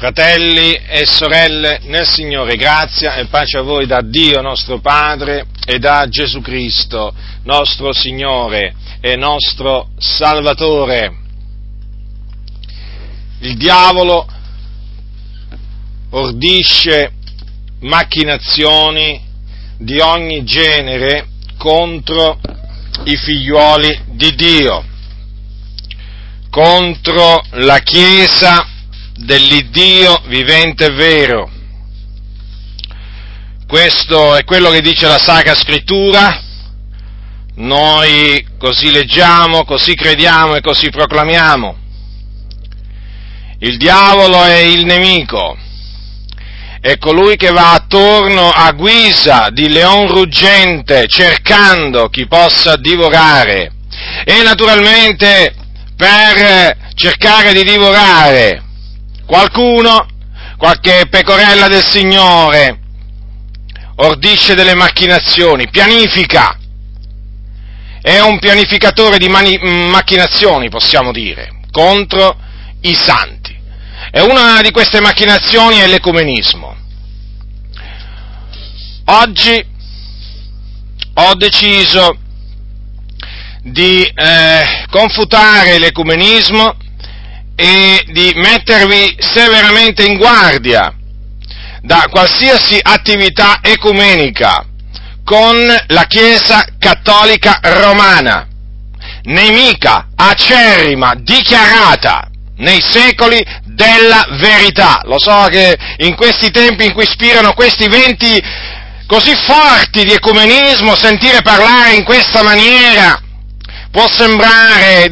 Fratelli e sorelle nel Signore, grazia e pace a voi da Dio nostro Padre e da Gesù Cristo, nostro Signore e nostro Salvatore. Il diavolo ordisce macchinazioni di ogni genere contro i figliuoli di Dio, contro la Chiesa dell'Iddio vivente e vero. Questo è quello che dice la Sacra Scrittura, noi così leggiamo, così crediamo e così proclamiamo. Il diavolo è il nemico, è colui che va attorno a guisa di leon ruggente cercando chi possa divorare, e naturalmente per cercare di divorare qualcuno, qualche pecorella del Signore, ordisce delle macchinazioni, pianifica, è un pianificatore di macchinazioni, possiamo dire, contro i santi. E una di queste macchinazioni è l'ecumenismo. Oggi ho deciso di confutare l'ecumenismo e di mettervi severamente in guardia da qualsiasi attività ecumenica con la Chiesa Cattolica Romana, nemica, acerrima, dichiarata nei secoli della verità. Lo so che in questi tempi in cui spirano questi venti così forti di ecumenismo, sentire parlare in questa maniera può sembrare,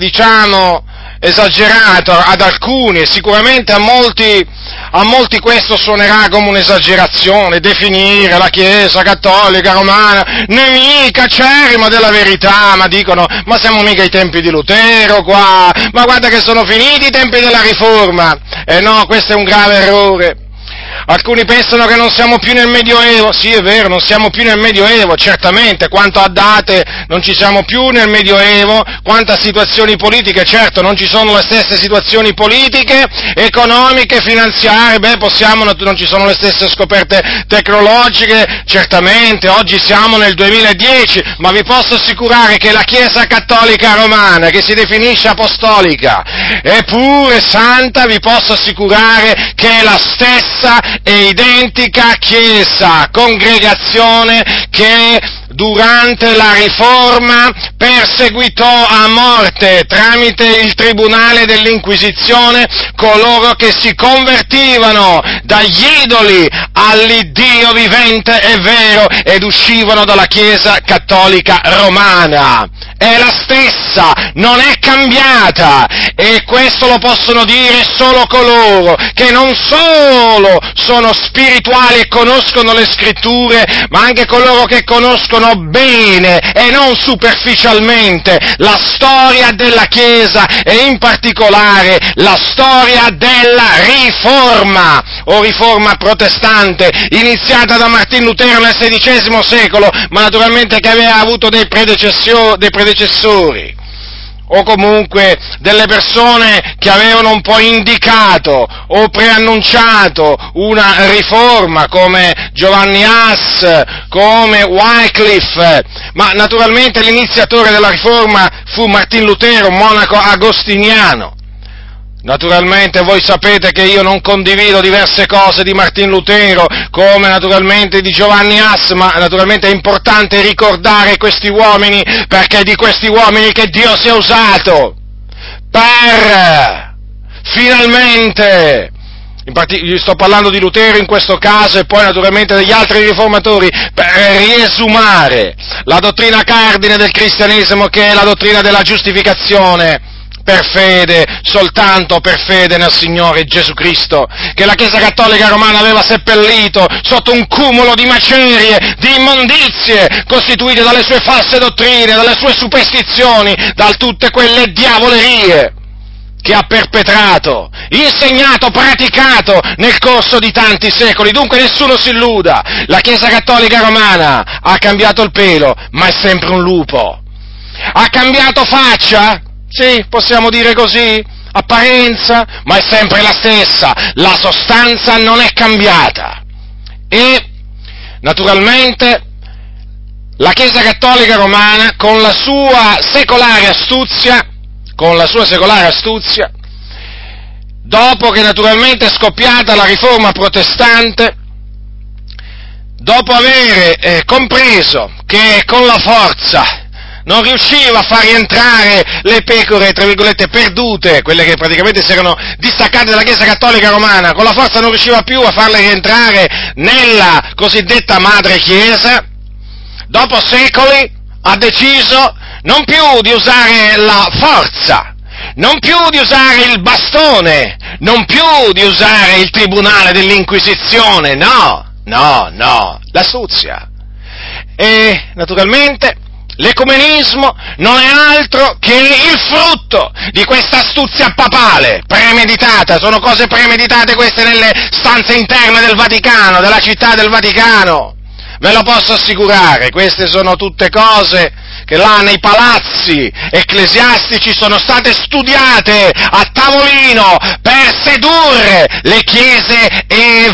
esagerato ad alcuni, e sicuramente a molti questo suonerà come un'esagerazione, definire la Chiesa Cattolica Romana nemica acerrima della verità, ma dicono, ma siamo mica ai tempi di Lutero qua, ma guarda che sono finiti i tempi della Riforma. No, questo è un grave errore. Alcuni pensano che non siamo più nel Medioevo. Sì, è vero, non siamo più nel Medioevo, certamente, quanto a date non ci siamo più nel Medioevo, quanto a situazioni politiche, certo, non ci sono le stesse situazioni politiche, economiche, finanziarie, non ci sono le stesse scoperte tecnologiche, certamente, oggi siamo nel 2010, ma vi posso assicurare che la Chiesa Cattolica Romana, che si definisce apostolica, eppure santa, vi posso assicurare che è la stessa e identica Chiesa, congregazione che durante la Riforma perseguitò a morte tramite il tribunale dell'Inquisizione coloro che si convertivano dagli idoli all'Iddio vivente e vero ed uscivano dalla Chiesa Cattolica Romana. È la stessa, non è cambiata, e questo lo possono dire solo coloro che non solo sono spirituali e conoscono le Scritture, ma anche coloro che conoscono bene e non superficialmente la storia della Chiesa e in particolare la storia della Riforma o Riforma protestante, iniziata da Martin Lutero nel XVI secolo, ma naturalmente che aveva avuto dei predecessori, o comunque delle persone che avevano un po' indicato o preannunciato una riforma, come Giovanni Huss, come Wycliffe, ma naturalmente l'iniziatore della riforma fu Martin Lutero, un monaco agostiniano. Naturalmente voi sapete che io non condivido diverse cose di Martin Lutero, come naturalmente di Giovanni Huss, ma naturalmente è importante ricordare questi uomini, perché è di questi uomini che Dio si è usato per finalmente, io sto parlando di Lutero in questo caso e poi naturalmente degli altri riformatori, per riesumare la dottrina cardine del cristianesimo, che è la dottrina della giustificazione per fede, soltanto per fede nel Signore Gesù Cristo, che la Chiesa Cattolica Romana aveva seppellito sotto un cumulo di macerie, di immondizie, costituite dalle sue false dottrine, dalle sue superstizioni, da tutte quelle diavolerie che ha perpetrato, insegnato, praticato nel corso di tanti secoli. Dunque nessuno si illuda, la Chiesa Cattolica Romana ha cambiato il pelo, ma è sempre un lupo. Ha cambiato faccia? Sì, possiamo dire così? apparenza, ma è sempre la stessa, la sostanza non è cambiata. E, naturalmente, la Chiesa Cattolica Romana, con la sua secolare astuzia, dopo che naturalmente è scoppiata la riforma protestante, dopo aver compreso che con la forza non riusciva a far rientrare le pecore, tra virgolette, perdute, quelle che praticamente si erano distaccate dalla Chiesa Cattolica Romana, con la forza non riusciva più a farle rientrare nella cosiddetta Madre Chiesa, dopo secoli ha deciso non più di usare la forza, non più di usare il bastone, non più di usare il tribunale dell'Inquisizione, no, l'astuzia. E naturalmente l'ecumenismo non è altro che il frutto di questa astuzia papale, premeditata, sono cose premeditate queste nelle stanze interne del Vaticano, della città del Vaticano, ve lo posso assicurare, queste sono tutte cose che là nei palazzi ecclesiastici sono state studiate a tavolino per sedurre le chiese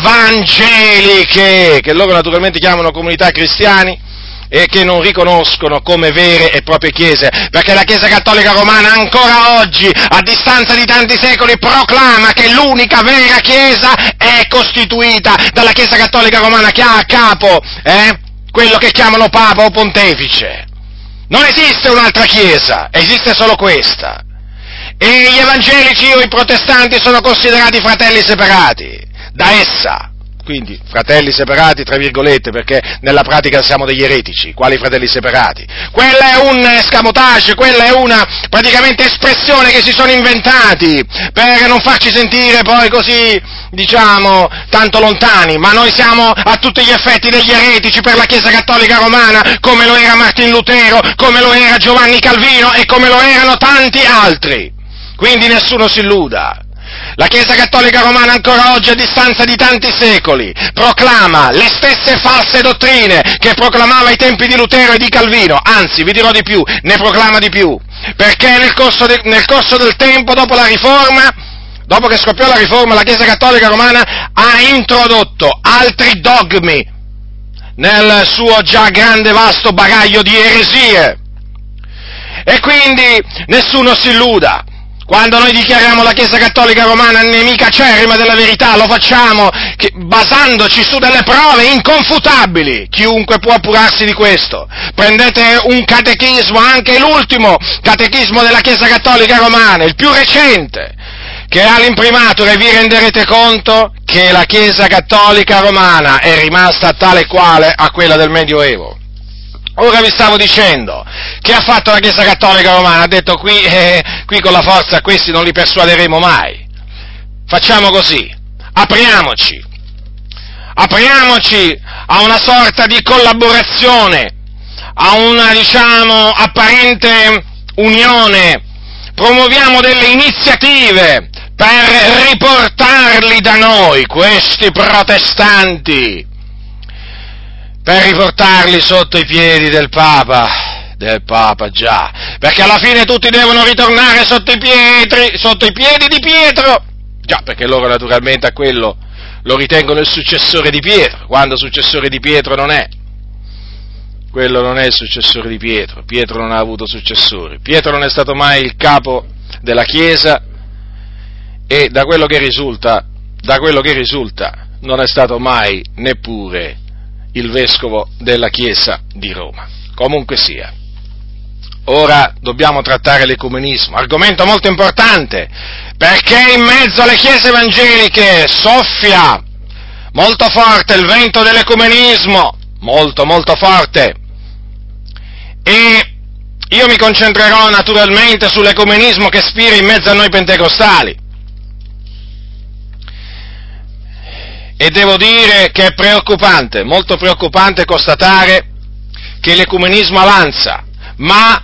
evangeliche, che loro naturalmente chiamano comunità cristiani e che non riconoscono come vere e proprie chiese, perché la Chiesa Cattolica Romana ancora oggi, a distanza di tanti secoli, proclama che l'unica vera Chiesa è costituita dalla Chiesa Cattolica Romana, che ha a capo quello che chiamano Papa o Pontefice. Non esiste un'altra Chiesa, esiste solo questa. E gli evangelici o i protestanti sono considerati fratelli separati da essa. Quindi, fratelli separati, tra virgolette, perché nella pratica siamo degli eretici, quali fratelli separati? Quella è un escamotage, quella è una, praticamente, espressione che si sono inventati, per non farci sentire poi così, diciamo, tanto lontani, ma noi siamo a tutti gli effetti degli eretici per la Chiesa Cattolica Romana, come lo era Martin Lutero, come lo era Giovanni Calvino e come lo erano tanti altri. Quindi nessuno si illuda. La Chiesa Cattolica Romana ancora oggi, a distanza di tanti secoli, proclama le stesse false dottrine che proclamava ai tempi di Lutero e di Calvino, anzi, vi dirò di più, ne proclama di più, perché nel corso del tempo, dopo la Riforma, dopo che scoppiò la Riforma, la Chiesa Cattolica Romana ha introdotto altri dogmi nel suo già grande vasto bagaglio di eresie. E quindi nessuno si illuda. Quando noi dichiariamo la Chiesa Cattolica Romana nemica acerrima della verità, lo facciamo basandoci su delle prove inconfutabili. Chiunque può appurarsi di questo. Prendete un catechismo, anche l'ultimo catechismo della Chiesa Cattolica Romana, il più recente, che ha l'imprimatur, e vi renderete conto che la Chiesa Cattolica Romana è rimasta tale quale a quella del Medioevo. Ora vi stavo dicendo, che ha fatto la Chiesa Cattolica Romana? Ha detto qui con la forza questi non li persuaderemo mai. Facciamo così, apriamoci a una sorta di collaborazione, a una, diciamo, apparente unione, promuoviamo delle iniziative per riportarli da noi, questi protestanti, per riportarli sotto i piedi del Papa già, perché alla fine tutti devono ritornare sotto i piedi di Pietro, già, perché loro naturalmente a quello lo ritengono il successore di Pietro, quando successore di Pietro non è. Quello non è il successore di Pietro non ha avuto successori, Pietro non è stato mai il capo della Chiesa e da quello che risulta non è stato mai neppure il vescovo della Chiesa di Roma. Comunque sia, ora dobbiamo trattare l'ecumenismo, argomento molto importante, perché in mezzo alle chiese evangeliche soffia molto forte il vento dell'ecumenismo, molto molto forte, e io mi concentrerò naturalmente sull'ecumenismo che spira in mezzo a noi pentecostali. E devo dire che è preoccupante, molto preoccupante constatare che l'ecumenismo avanza, ma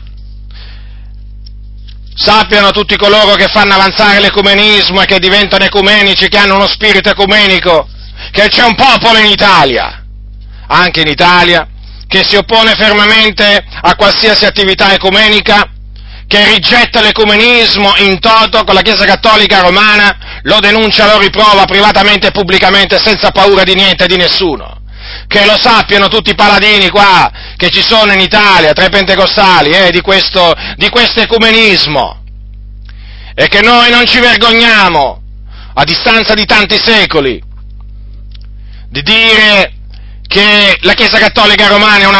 sappiano tutti coloro che fanno avanzare l'ecumenismo e che diventano ecumenici, che hanno uno spirito ecumenico, che c'è un popolo in Italia, anche in Italia, che si oppone fermamente a qualsiasi attività ecumenica, che rigetta l'ecumenismo in toto con la Chiesa Cattolica Romana, lo denuncia, lo riprova privatamente e pubblicamente senza paura di niente e di nessuno. Che lo sappiano tutti i paladini qua, che ci sono in Italia, tra i pentecostali, di questo ecumenismo. E che noi non ci vergogniamo, a distanza di tanti secoli, di dire che la Chiesa Cattolica Romana è una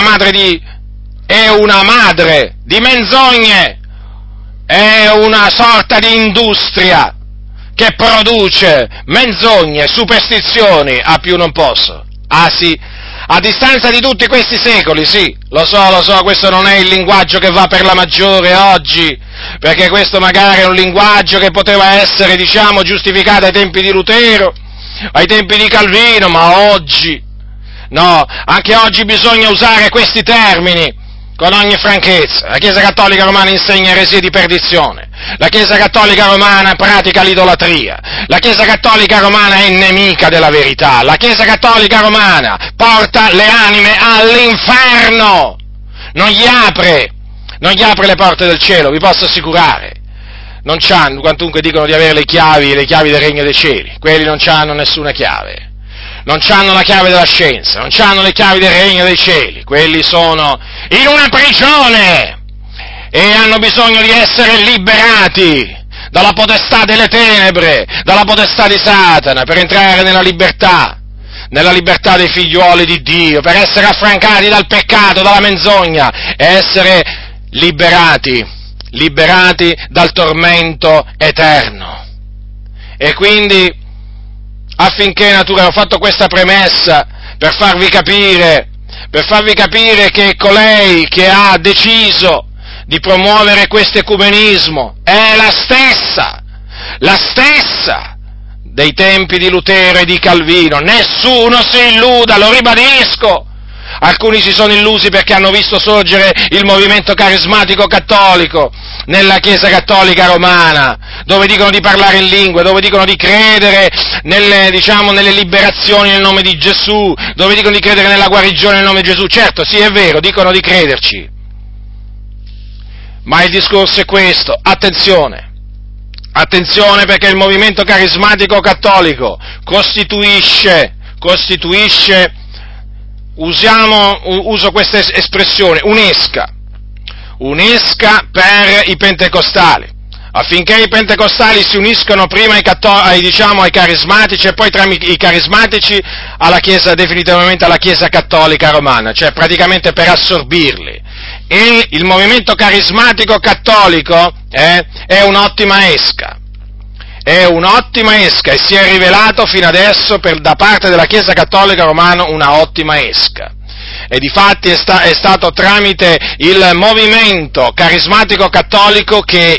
madre di menzogne, è una sorta di industria che produce menzogne, superstizioni, a più non posso. Ah sì, a distanza di tutti questi secoli, sì, lo so, questo non è il linguaggio che va per la maggiore oggi, perché questo magari è un linguaggio che poteva essere, giustificato ai tempi di Lutero, ai tempi di Calvino, ma oggi, no, anche oggi bisogna usare questi termini con ogni franchezza. La Chiesa Cattolica Romana insegna eresie di perdizione, la Chiesa Cattolica Romana pratica l'idolatria, la Chiesa Cattolica Romana è nemica della verità, la Chiesa Cattolica Romana porta le anime all'inferno, non gli apre le porte del cielo, vi posso assicurare. Non c'hanno, quantunque dicono di avere le chiavi del regno dei cieli, quelli non c'hanno nessuna chiave. Non c'hanno la chiave della scienza, non c'hanno le chiavi del regno dei cieli, quelli sono in una prigione e hanno bisogno di essere liberati dalla potestà delle tenebre, dalla potestà di Satana, per entrare nella libertà dei figliuoli di Dio, per essere affrancati dal peccato, dalla menzogna e essere liberati dal tormento eterno. E quindi, affinché ho fatto questa premessa per farvi capire che colei che ha deciso di promuovere questo ecumenismo è la stessa dei tempi di Lutero e di Calvino. Nessuno si illuda, lo ribadisco. Alcuni si sono illusi perché hanno visto sorgere il movimento carismatico cattolico nella Chiesa Cattolica Romana, dove dicono di parlare in lingue, dove dicono di credere nelle liberazioni nel nome di Gesù, dove dicono di credere nella guarigione nel nome di Gesù. Certo, sì, è vero, dicono di crederci. Ma il discorso è questo: attenzione perché il movimento carismatico cattolico costituisce, uso questa espressione, un'esca per i pentecostali, affinché i pentecostali si uniscano prima ai carismatici e poi tra i carismatici definitivamente alla Chiesa Cattolica Romana, cioè praticamente per assorbirli. E il movimento carismatico cattolico è un'ottima esca e si è rivelato fino adesso da parte della Chiesa Cattolica Romana una ottima esca. E difatti è stato tramite il movimento carismatico cattolico che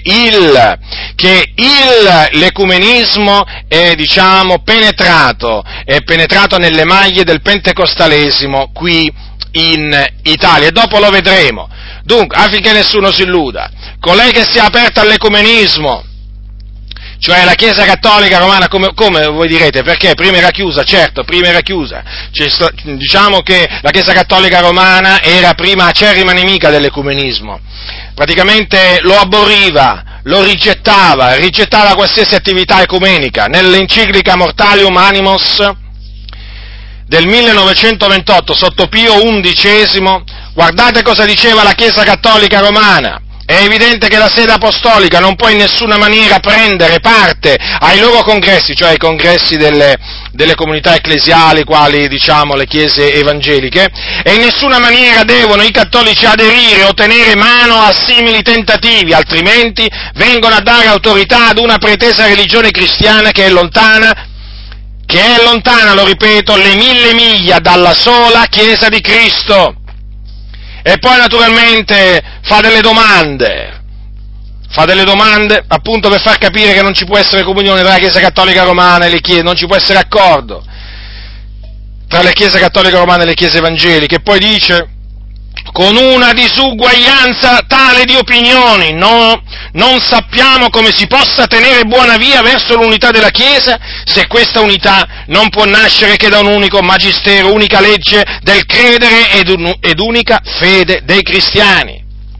l'ecumenismo è penetrato nelle maglie del pentecostalesimo qui in Italia, e dopo lo vedremo. Dunque, affinché nessuno si illuda, colei che si è aperta all'ecumenismo, cioè la Chiesa Cattolica Romana, come voi direte, perché prima era chiusa? Certo, prima era chiusa. Diciamo che la Chiesa Cattolica Romana era prima acerrima nemica dell'ecumenismo, praticamente lo aborriva, lo rigettava qualsiasi attività ecumenica. Nell'enciclica Mortalium Animos del 1928, sotto Pio XI, guardate cosa diceva la Chiesa Cattolica Romana. È evidente che la sede apostolica non può in nessuna maniera prendere parte ai loro congressi, cioè ai congressi delle comunità ecclesiali, quali le chiese evangeliche, e in nessuna maniera devono i cattolici aderire o tenere mano a simili tentativi, altrimenti vengono a dare autorità ad una pretesa religione cristiana che è lontana, lo ripeto, le 1000 miglia dalla sola Chiesa di Cristo. E poi naturalmente fa delle domande appunto per far capire che non ci può essere comunione tra la Chiesa Cattolica Romana e le chiese, non ci può essere accordo tra la Chiesa Cattolica Romana e le chiese evangeliche. E poi dice: con una disuguaglianza tale di opinioni, non sappiamo come si possa tenere buona via verso l'unità della Chiesa, se questa unità non può nascere che da un unico magistero, unica legge del credere ed unica fede dei cristiani.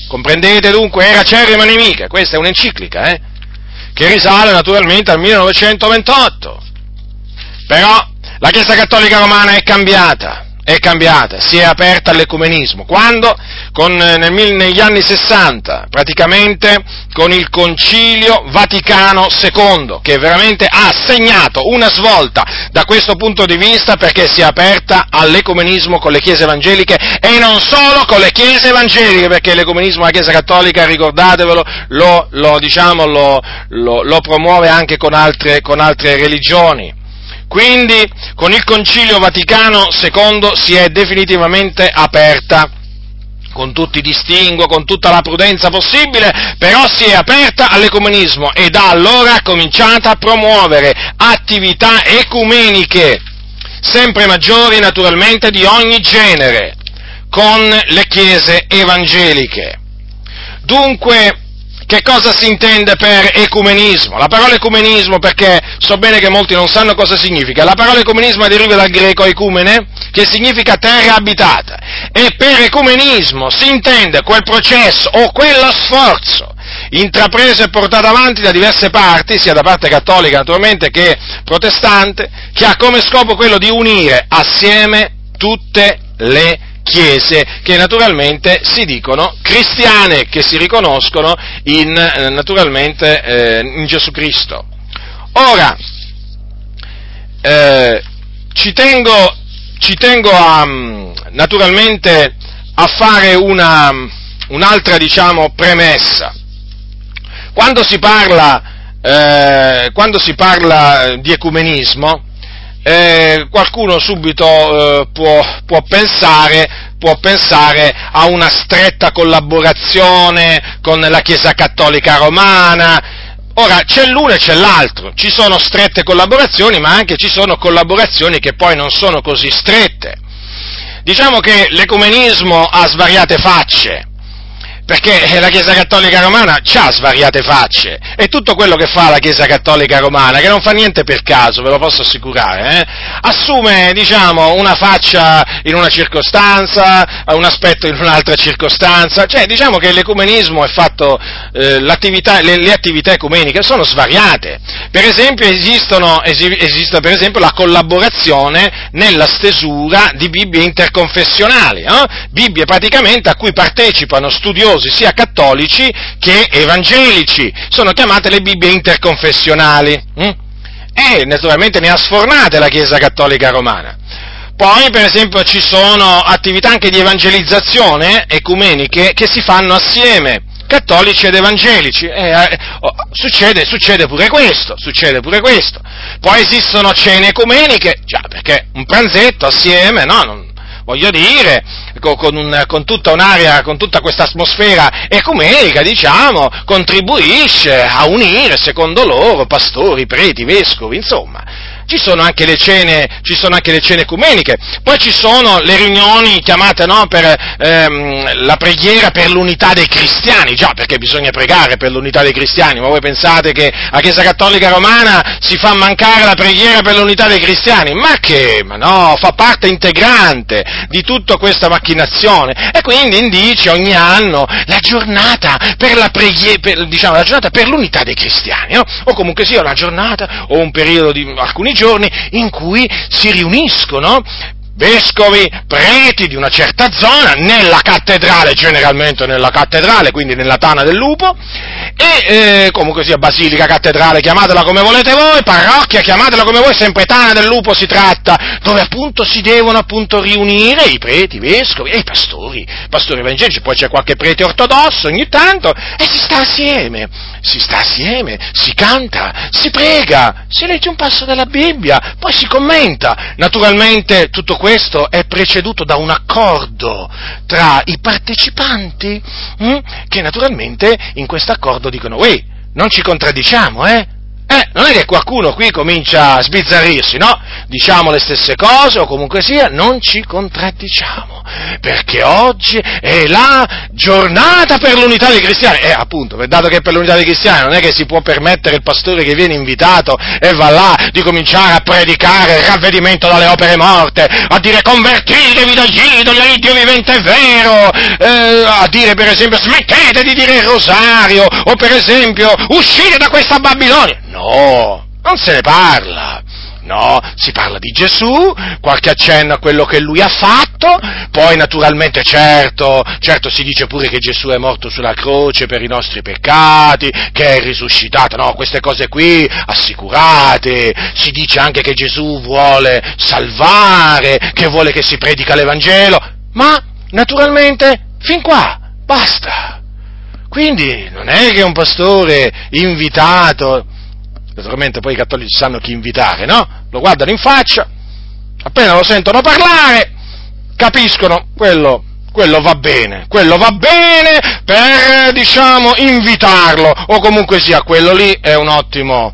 comprendete dunque, era acerrima nemica. Questa è un'enciclica, che risale naturalmente al 1928. Però la Chiesa Cattolica Romana è cambiata, si è aperta all'ecumenismo. Quando? Negli anni 60, praticamente con il Concilio Vaticano II, che veramente ha segnato una svolta da questo punto di vista, perché si è aperta all'ecumenismo con le chiese evangeliche, e non solo con le chiese evangeliche, perché l'ecumenismo della Chiesa Cattolica, ricordatevelo, lo promuove anche con altre religioni. Quindi, con il Concilio Vaticano II si è definitivamente aperta, con tutti i distinguo, con tutta la prudenza possibile, però si è aperta all'ecumenismo e da allora ha cominciato a promuovere attività ecumeniche, sempre maggiori naturalmente, di ogni genere, con le chiese evangeliche. Dunque, che cosa si intende per ecumenismo? La parola ecumenismo, perché so bene che molti non sanno cosa significa, la parola ecumenismo deriva dal greco ecumene, che significa terra abitata, e per ecumenismo si intende quel processo o quello sforzo intrapreso e portato avanti da diverse parti, sia da parte cattolica naturalmente che protestante, che ha come scopo quello di unire assieme tutte le chiese che naturalmente si dicono cristiane, che si riconoscono naturalmente in Gesù Cristo. Ora, ci tengo naturalmente a fare un'altra, premessa. Quando si parla di ecumenismo, qualcuno subito può pensare a una stretta collaborazione con la Chiesa Cattolica Romana. Ora, c'è l'uno e c'è l'altro, ci sono strette collaborazioni, ma anche ci sono collaborazioni che poi non sono così strette. Diciamo che l'ecumenismo ha svariate facce, perché la Chiesa Cattolica Romana c'ha svariate facce, e tutto quello che fa la Chiesa Cattolica Romana, che non fa niente per caso, ve lo posso assicurare, assume, una faccia in una circostanza, un aspetto in un'altra circostanza, cioè diciamo che l'ecumenismo è fatto, le attività ecumeniche sono svariate. Per esempio esiste per esempio la collaborazione nella stesura di Bibbie interconfessionali, Bibbie praticamente a cui partecipano studiosi sia cattolici che evangelici, sono chiamate le Bibbie interconfessionali, e naturalmente ne ha sfornate la Chiesa Cattolica Romana. Poi, per esempio, ci sono attività anche di evangelizzazione ecumeniche che si fanno assieme, cattolici ed evangelici, succede pure questo. Poi esistono cene ecumeniche, già, perché un pranzetto assieme, voglio dire, con tutta un'area, con tutta questa atmosfera ecumenica, contribuisce a unire, secondo loro, pastori, preti, vescovi, insomma. Ci sono anche le cene ecumeniche. Poi ci sono le riunioni chiamate, per la preghiera per l'unità dei cristiani, già, perché bisogna pregare per l'unità dei cristiani, ma voi pensate che la Chiesa Cattolica Romana si fa mancare la preghiera per l'unità dei cristiani? Ma no, fa parte integrante di tutta questa macchinazione, e quindi indice ogni anno la giornata per la preghiera, la giornata per l'unità dei cristiani, o comunque sia una giornata o un periodo di alcuni giorni in cui si riuniscono vescovi, preti di una certa zona, nella cattedrale, generalmente nella cattedrale, quindi nella tana del lupo, e comunque sia basilica, cattedrale, chiamatela come volete voi, parrocchia, chiamatela come voi, sempre tana del lupo si tratta, dove appunto si devono riunire i preti, i vescovi e i pastori evangelici, poi c'è qualche prete ortodosso ogni tanto, e si sta assieme, si canta, si prega, si legge un passo della Bibbia, poi si commenta. Naturalmente tutto questo è preceduto da un accordo tra i partecipanti, che naturalmente in questo accordo dicono: non ci contraddiciamo, non è che qualcuno qui comincia a sbizzarrirsi, no? diciamo le stesse cose, o comunque sia, non ci contraddiciamo, perché oggi è la giornata per l'unità dei cristiani, e appunto, dato che è per l'unità dei cristiani, non è che si può permettere il pastore che viene invitato e va là di cominciare a predicare il ravvedimento dalle opere morte, a dire convertitevi dagli idoli all'Iddio vivente e vero, a dire per esempio smettete di dire il rosario, o per esempio uscite da questa Babilonia. No, non se ne parla. No, si parla di Gesù, qualche accenno a quello che lui ha fatto, poi naturalmente certo si dice pure che Gesù è morto sulla croce per i nostri peccati, che è risuscitato, no, queste cose qui assicurate, si dice anche che Gesù vuole salvare, che vuole che si predica l'Evangelo, ma naturalmente fin qua, basta. Quindi non è che un pastore invitato, naturalmente poi i cattolici sanno chi invitare, no? Lo guardano in faccia, appena lo sentono parlare, capiscono, quello va bene per, diciamo, invitarlo, o comunque sia, quello lì è un ottimo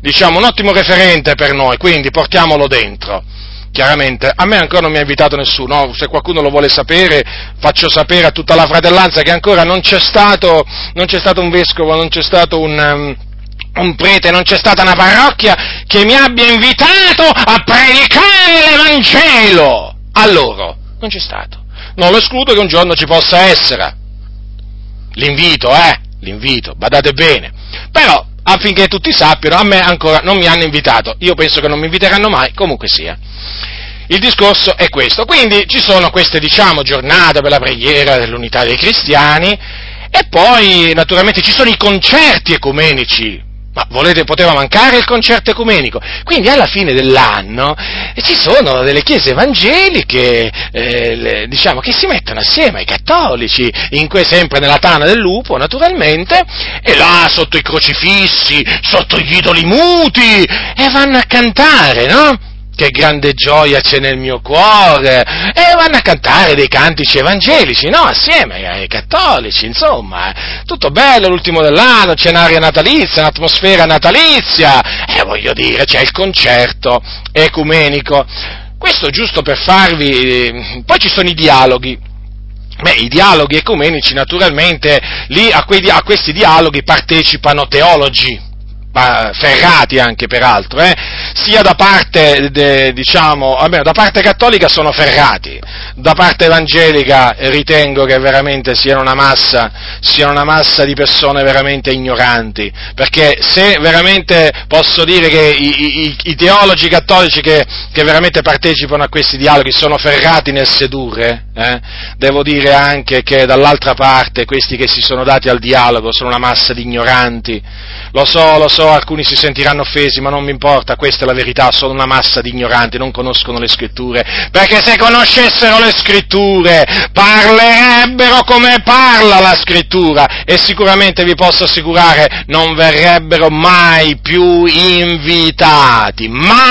referente per noi, quindi portiamolo dentro. Chiaramente, a me ancora non mi ha invitato nessuno, se qualcuno lo vuole sapere, faccio sapere a tutta la fratellanza che ancora non c'è stato un vescovo, non c'è stato un prete, non c'è stata una parrocchia che mi abbia invitato a predicare l'Evangelo a loro. Non c'è stato. Non lo escludo che un giorno ci possa essere. L'invito, badate bene. Però, affinché tutti sappiano, a me ancora non mi hanno invitato. Io penso che non mi inviteranno mai, comunque sia. Il discorso è questo. Quindi ci sono queste, diciamo, giornate per la preghiera dell'unità dei cristiani, e poi, naturalmente, ci sono i concerti ecumenici. Ma poteva mancare il concerto ecumenico? Quindi alla fine dell'anno ci sono delle chiese evangeliche, diciamo, che si mettono assieme ai cattolici, sempre nella tana del lupo, naturalmente, e là sotto i crocifissi, sotto gli idoli muti, e vanno a cantare, no? Che grande gioia c'è nel mio cuore, e vanno a cantare dei cantici evangelici, no? Assieme ai cattolici, insomma, tutto bello l'ultimo dell'anno, c'è un'aria natalizia, un'atmosfera natalizia, e voglio dire, c'è il concerto ecumenico. Questo giusto per farvi, poi ci sono i dialoghi. I dialoghi ecumenici, naturalmente, lì a questi dialoghi partecipano teologi, ferrati anche peraltro, sia da parte, almeno da parte cattolica sono ferrati, da parte evangelica ritengo che veramente siano una massa di persone veramente ignoranti, perché se veramente posso dire che i teologi cattolici che veramente partecipano a questi dialoghi sono ferrati nel sedurre, devo dire anche che dall'altra parte questi che si sono dati al dialogo sono una massa di ignoranti. Lo so, alcuni si sentiranno offesi, ma non mi importa, questa è la verità, sono una massa di ignoranti, non conoscono le scritture, perché se conoscessero le scritture parlerebbero come parla la scrittura, e sicuramente vi posso assicurare non verrebbero mai più invitati,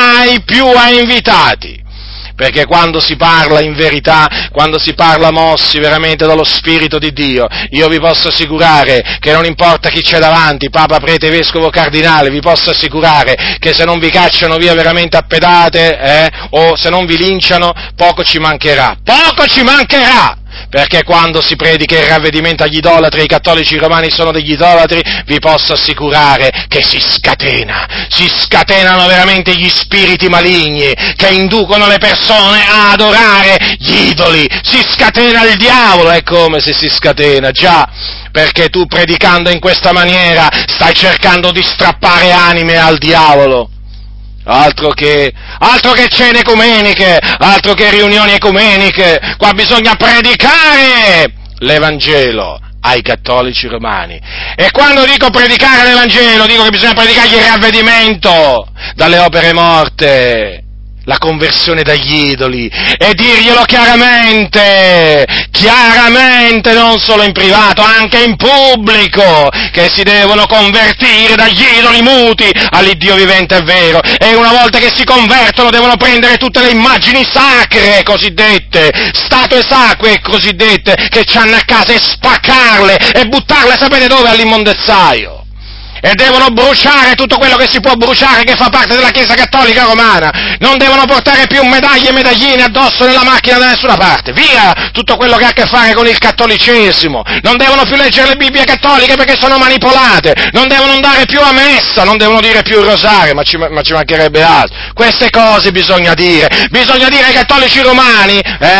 perché quando si parla in verità, quando si parla mossi veramente dallo Spirito di Dio, io vi posso assicurare che non importa chi c'è davanti, Papa, Prete, Vescovo, Cardinale, vi posso assicurare che se non vi cacciano via veramente a pedate, o se non vi linciano, poco ci mancherà! Perché quando si predica il ravvedimento agli idolatri, i cattolici romani sono degli idolatri, vi posso assicurare che si scatenano veramente gli spiriti maligni che inducono le persone a adorare gli idoli, si scatena il diavolo, è come se si scatena, già, perché tu predicando in questa maniera stai cercando di strappare anime al diavolo. Altro che cene ecumeniche, altro che riunioni ecumeniche, qua bisogna predicare l'Evangelo ai cattolici romani. E quando dico predicare l'Evangelo, dico che bisogna predicargli il ravvedimento dalle opere morte, la conversione dagli idoli, e dirglielo chiaramente, non solo in privato, anche in pubblico, che si devono convertire dagli idoli muti all'Iddio vivente e vero, e una volta che si convertono devono prendere tutte le immagini sacre, cosiddette, statue sacre cosiddette, che c'hanno a casa, e spaccarle, e buttarle, sapete dove? All'immondezzaio. e devono bruciare tutto quello che si può bruciare che fa parte della Chiesa Cattolica Romana, non devono portare più medaglie e medagline addosso nella macchina da nessuna parte, via tutto quello che ha a che fare con il cattolicesimo, non devono più leggere le Bibbie cattoliche perché sono manipolate, non devono andare più a messa, non devono dire più il rosario, ma ci mancherebbe altro. Queste cose bisogna dire ai cattolici romani,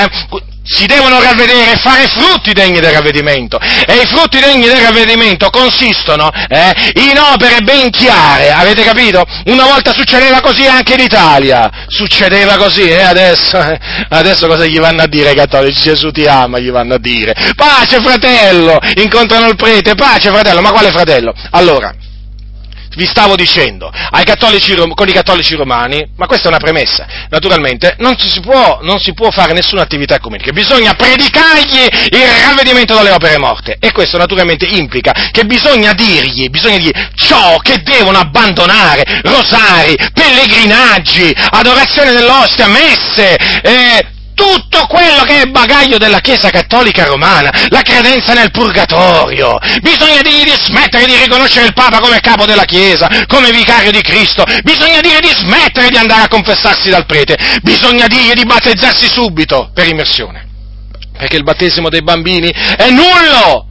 si devono ravvedere e fare frutti degni del ravvedimento, e i frutti degni del ravvedimento consistono in opere ben chiare, avete capito? Una volta succedeva così anche in Italia, succedeva così, adesso cosa gli vanno a dire ai cattolici? Gesù ti ama, gli vanno a dire, pace fratello, incontrano il prete, pace fratello, ma quale fratello? Allora, vi stavo dicendo, con i cattolici romani, ma questa è una premessa, naturalmente non si può fare nessuna attività ecumenica, bisogna predicargli il ravvedimento dalle opere morte, e questo naturalmente implica che bisogna dirgli ciò che devono abbandonare: rosari, pellegrinaggi, adorazione dell'ostia, messe, tutto quello che è bagaglio della Chiesa Cattolica Romana, la credenza nel purgatorio. Bisogna dirgli di smettere di riconoscere il Papa come capo della Chiesa, come vicario di Cristo, bisogna dire di smettere di andare a confessarsi dal prete, bisogna dirgli di battezzarsi subito per immersione, perché il battesimo dei bambini è nullo.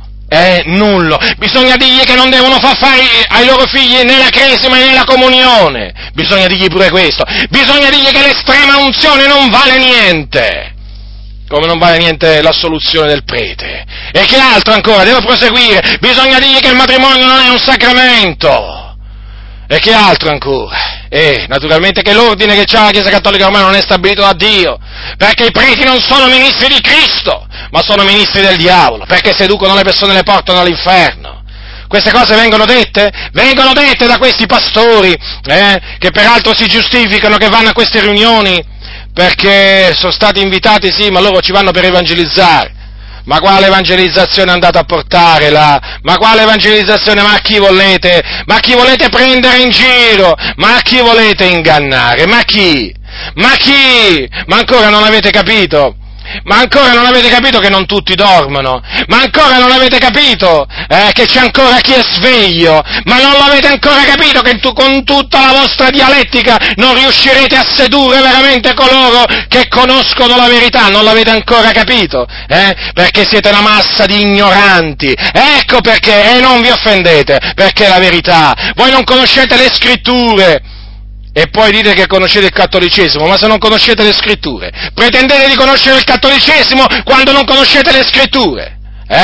Bisogna dirgli che non devono far fare ai loro figli né la cresima né la comunione, bisogna dirgli pure questo, bisogna dirgli che l'estrema unzione non vale niente, come non vale niente l'assoluzione del prete. E che altro ancora? Devo proseguire, bisogna dirgli che il matrimonio non è un sacramento. E che altro ancora? Naturalmente che l'ordine che c'ha la Chiesa Cattolica Romana non è stabilito da Dio, perché i preti non sono ministri di Cristo, ma sono ministri del diavolo, perché seducono le persone e le portano all'inferno. Queste cose vengono dette da questi pastori, che peraltro si giustificano che vanno a queste riunioni perché sono stati invitati, sì, ma loro ci vanno per evangelizzare. Ma quale evangelizzazione andate a portare là? Ma quale evangelizzazione? Ma a chi volete? Ma chi volete prendere in giro? Ma a chi volete ingannare? Ma chi? Ma chi? Ma ancora non avete capito? Ma ancora non avete capito che non tutti dormono? Ma ancora non avete capito che c'è ancora chi è sveglio? Ma non l'avete ancora capito che con tutta la vostra dialettica non riuscirete a sedurre veramente coloro che conoscono la verità? Non l'avete ancora capito? Perché siete una massa di ignoranti. Ecco perché, e non vi offendete, perché è la verità. Voi non conoscete le scritture. E poi dite che conoscete il cattolicesimo, ma se non conoscete le scritture, pretendete di conoscere il cattolicesimo quando non conoscete le scritture,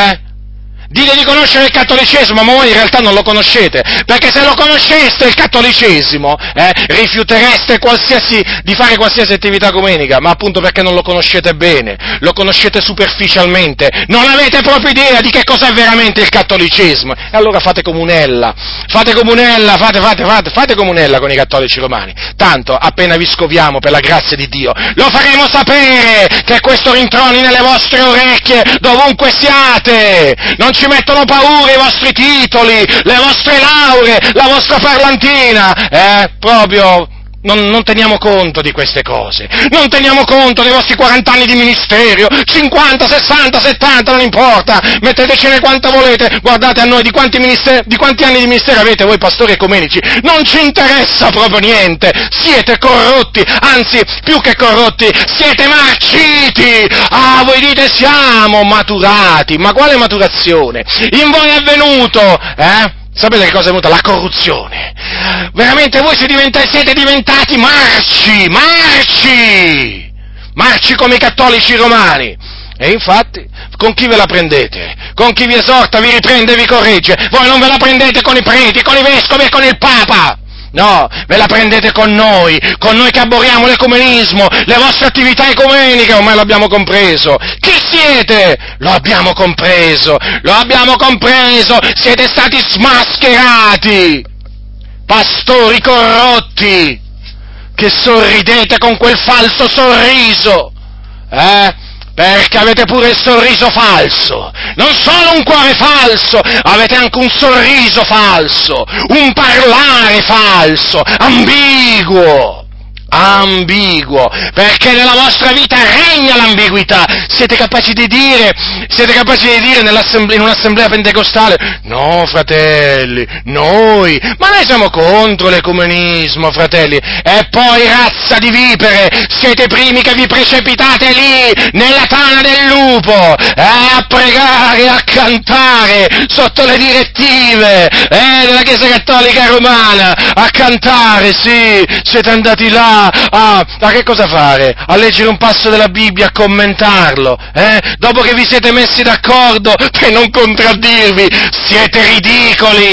Dite di conoscere il cattolicesimo, ma voi in realtà non lo conoscete, perché se lo conosceste il cattolicesimo, rifiutereste di fare qualsiasi attività ecumenica, ma appunto perché non lo conoscete bene, lo conoscete superficialmente, non avete proprio idea di che cos'è veramente il cattolicesimo, e allora fate comunella con i cattolici romani, tanto appena vi scoviamo per la grazia di Dio, lo faremo sapere che questo rintroni nelle vostre orecchie dovunque siate, non ci mettono paura i vostri titoli, le vostre lauree, la vostra parlantina, proprio non teniamo conto di queste cose, non teniamo conto dei vostri 40 anni di ministero, 50, 60, 70, non importa, mettetecene quanto volete, guardate a noi di quanti anni di ministero avete voi pastori ecumenici, non ci interessa proprio niente, siete corrotti, anzi, più che corrotti, siete marciti, voi dite siamo maturati, ma quale maturazione? In voi è venuto, sapete che cosa è venuta? La corruzione. Veramente voi siete diventati marci come i cattolici romani. E infatti, con chi ve la prendete? Con chi vi esorta, vi riprende e vi corregge? Voi non ve la prendete con i preti, con i vescovi e con il Papa. No, ve la prendete con noi che aborriamo l'ecumenismo, le vostre attività ecumeniche, ormai l'abbiamo compreso. Chi siete? Lo abbiamo compreso, siete stati smascherati, pastori corrotti, che sorridete con quel falso sorriso, perché avete pure il sorriso falso, non solo un cuore falso, avete anche un sorriso falso, un parlare falso, ambiguo. ambiguo, perché nella vostra vita regna l'ambiguità. Siete capaci di dire in un'assemblea pentecostale: no, fratelli, noi siamo contro l'ecumenismo, fratelli, e poi, razza di vipere, siete i primi che vi precipitate lì, nella tana del lupo, a pregare, a cantare, sotto le direttive, della Chiesa Cattolica Romana, a cantare, sì, siete andati là, a che cosa fare? A leggere un passo della Bibbia, a commentarlo, dopo che vi siete messi d'accordo per non contraddirvi. Siete ridicoli!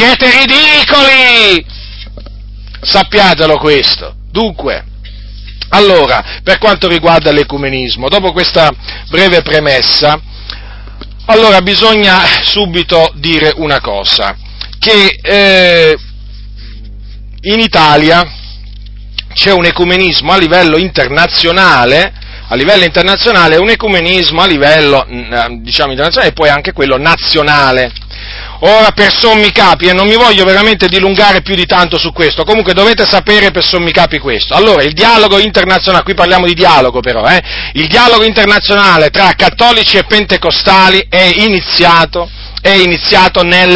Sappiatelo questo. Dunque, allora, per quanto riguarda l'ecumenismo, dopo questa breve premessa, allora bisogna subito dire una cosa, che in Italia c'è un ecumenismo a livello internazionale, un ecumenismo a livello, internazionale, e poi anche quello nazionale. Ora, per sommi capi, non mi voglio veramente dilungare più di tanto su questo, comunque dovete sapere per sommi capi questo. Allora, il dialogo internazionale, qui parliamo di dialogo però, il dialogo internazionale tra cattolici e pentecostali è iniziato nel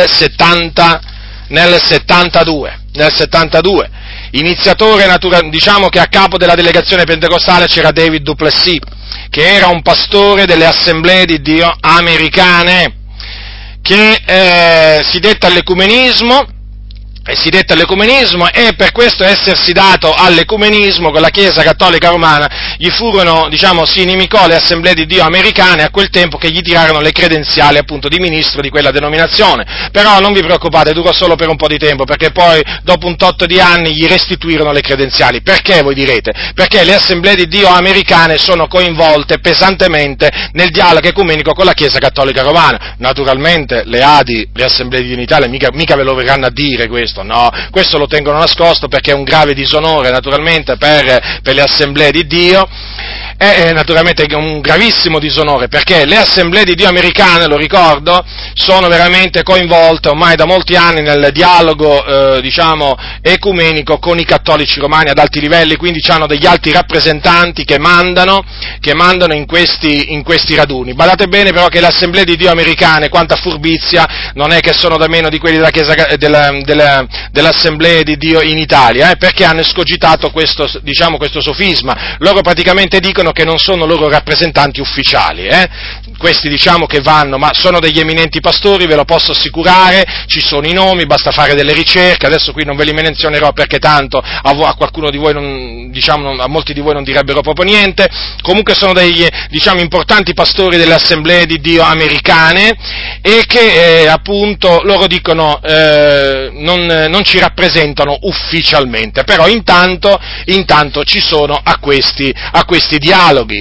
72. Iniziatore, diciamo che a capo della delegazione pentecostale c'era David Duplessis, che era un pastore delle Assemblee di Dio americane, che si dette all'ecumenismo, e per questo essersi dato all'ecumenismo con la Chiesa Cattolica Romana gli furono, si inimicò le Assemblee di Dio americane a quel tempo, che gli tirarono le credenziali appunto di ministro di quella denominazione. Però non vi preoccupate, durò solo per un po' di tempo, perché poi dopo un tot di anni gli restituirono le credenziali. Perché, voi direte? Perché le Assemblee di Dio americane sono coinvolte pesantemente nel dialogo ecumenico con la Chiesa Cattolica Romana. Naturalmente le ADI, le Assemblee di Dio in Italia, mica ve lo verranno a dire questo. No, questo lo tengono nascosto perché è un grave disonore, naturalmente, per le Assemblee di Dio. È naturalmente un gravissimo disonore, perché le Assemblee di Dio americane, lo ricordo, sono veramente coinvolte ormai da molti anni nel dialogo, ecumenico con i cattolici romani ad alti livelli, quindi hanno degli alti rappresentanti che mandano in questi raduni. Badate bene però che le Assemblee di Dio americane, quanta furbizia, non è che sono da meno di quelli della Chiesa, dell'Assemblea di Dio in Italia, perché hanno escogitato questo sofisma. Loro praticamente dicono che non sono loro rappresentanti ufficiali, questi che vanno, ma sono degli eminenti pastori, ve lo posso assicurare, ci sono i nomi, basta fare delle ricerche, adesso qui non ve li menzionerò perché tanto a qualcuno di voi a molti di voi non direbbero proprio niente. Comunque sono degli, importanti pastori delle Assemblee di Dio americane, e che appunto loro dicono non ci rappresentano ufficialmente, però intanto ci sono a questi dialoghi.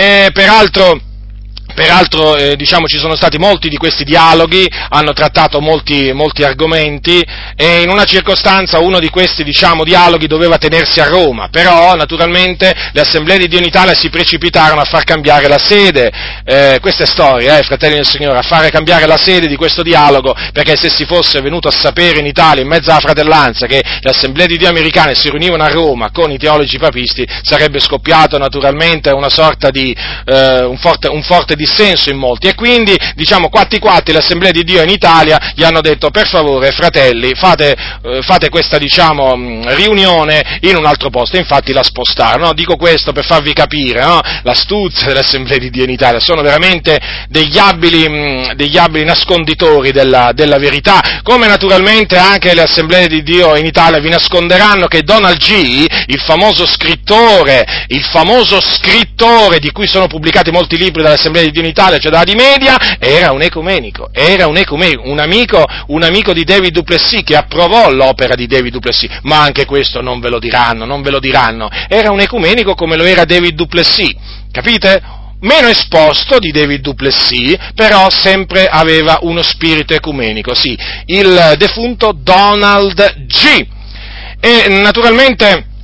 Peraltro, ci sono stati molti di questi dialoghi, hanno trattato molti argomenti, e in una circostanza uno di questi, dialoghi doveva tenersi a Roma, però naturalmente le Assemblee di Dio in Italia si precipitarono a far cambiare la sede, questa è storia, fratelli del Signore, a fare cambiare la sede di questo dialogo, perché se si fosse venuto a sapere in Italia, in mezzo alla fratellanza, che le Assemblee di Dio americane si riunivano a Roma con i teologi papisti, sarebbe scoppiato naturalmente una sorta di, un forte dissenso in molti, e quindi, quatti le Assemblee di Dio in Italia gli hanno detto: per favore, fratelli, fate questa, riunione in un altro posto, e infatti la spostarono. Dico questo per farvi capire, l'astuzia delle Assemblee di Dio in Italia, sono veramente degli abili nasconditori della verità, come naturalmente anche le Assemblee di Dio in Italia vi nasconderanno che Donald G., il famoso scrittore di cui sono pubblicati molti libri dall'Assemblea di Dio in Italia, cioè da Adi Media, era un ecumenico, un amico di David Duplessis, che approvò l'opera di David Duplessis, ma anche questo non ve lo diranno, era un ecumenico come lo era David Duplessis, capite? Meno esposto di David Duplessis, però sempre aveva uno spirito ecumenico, sì, il defunto Donald G. E naturalmente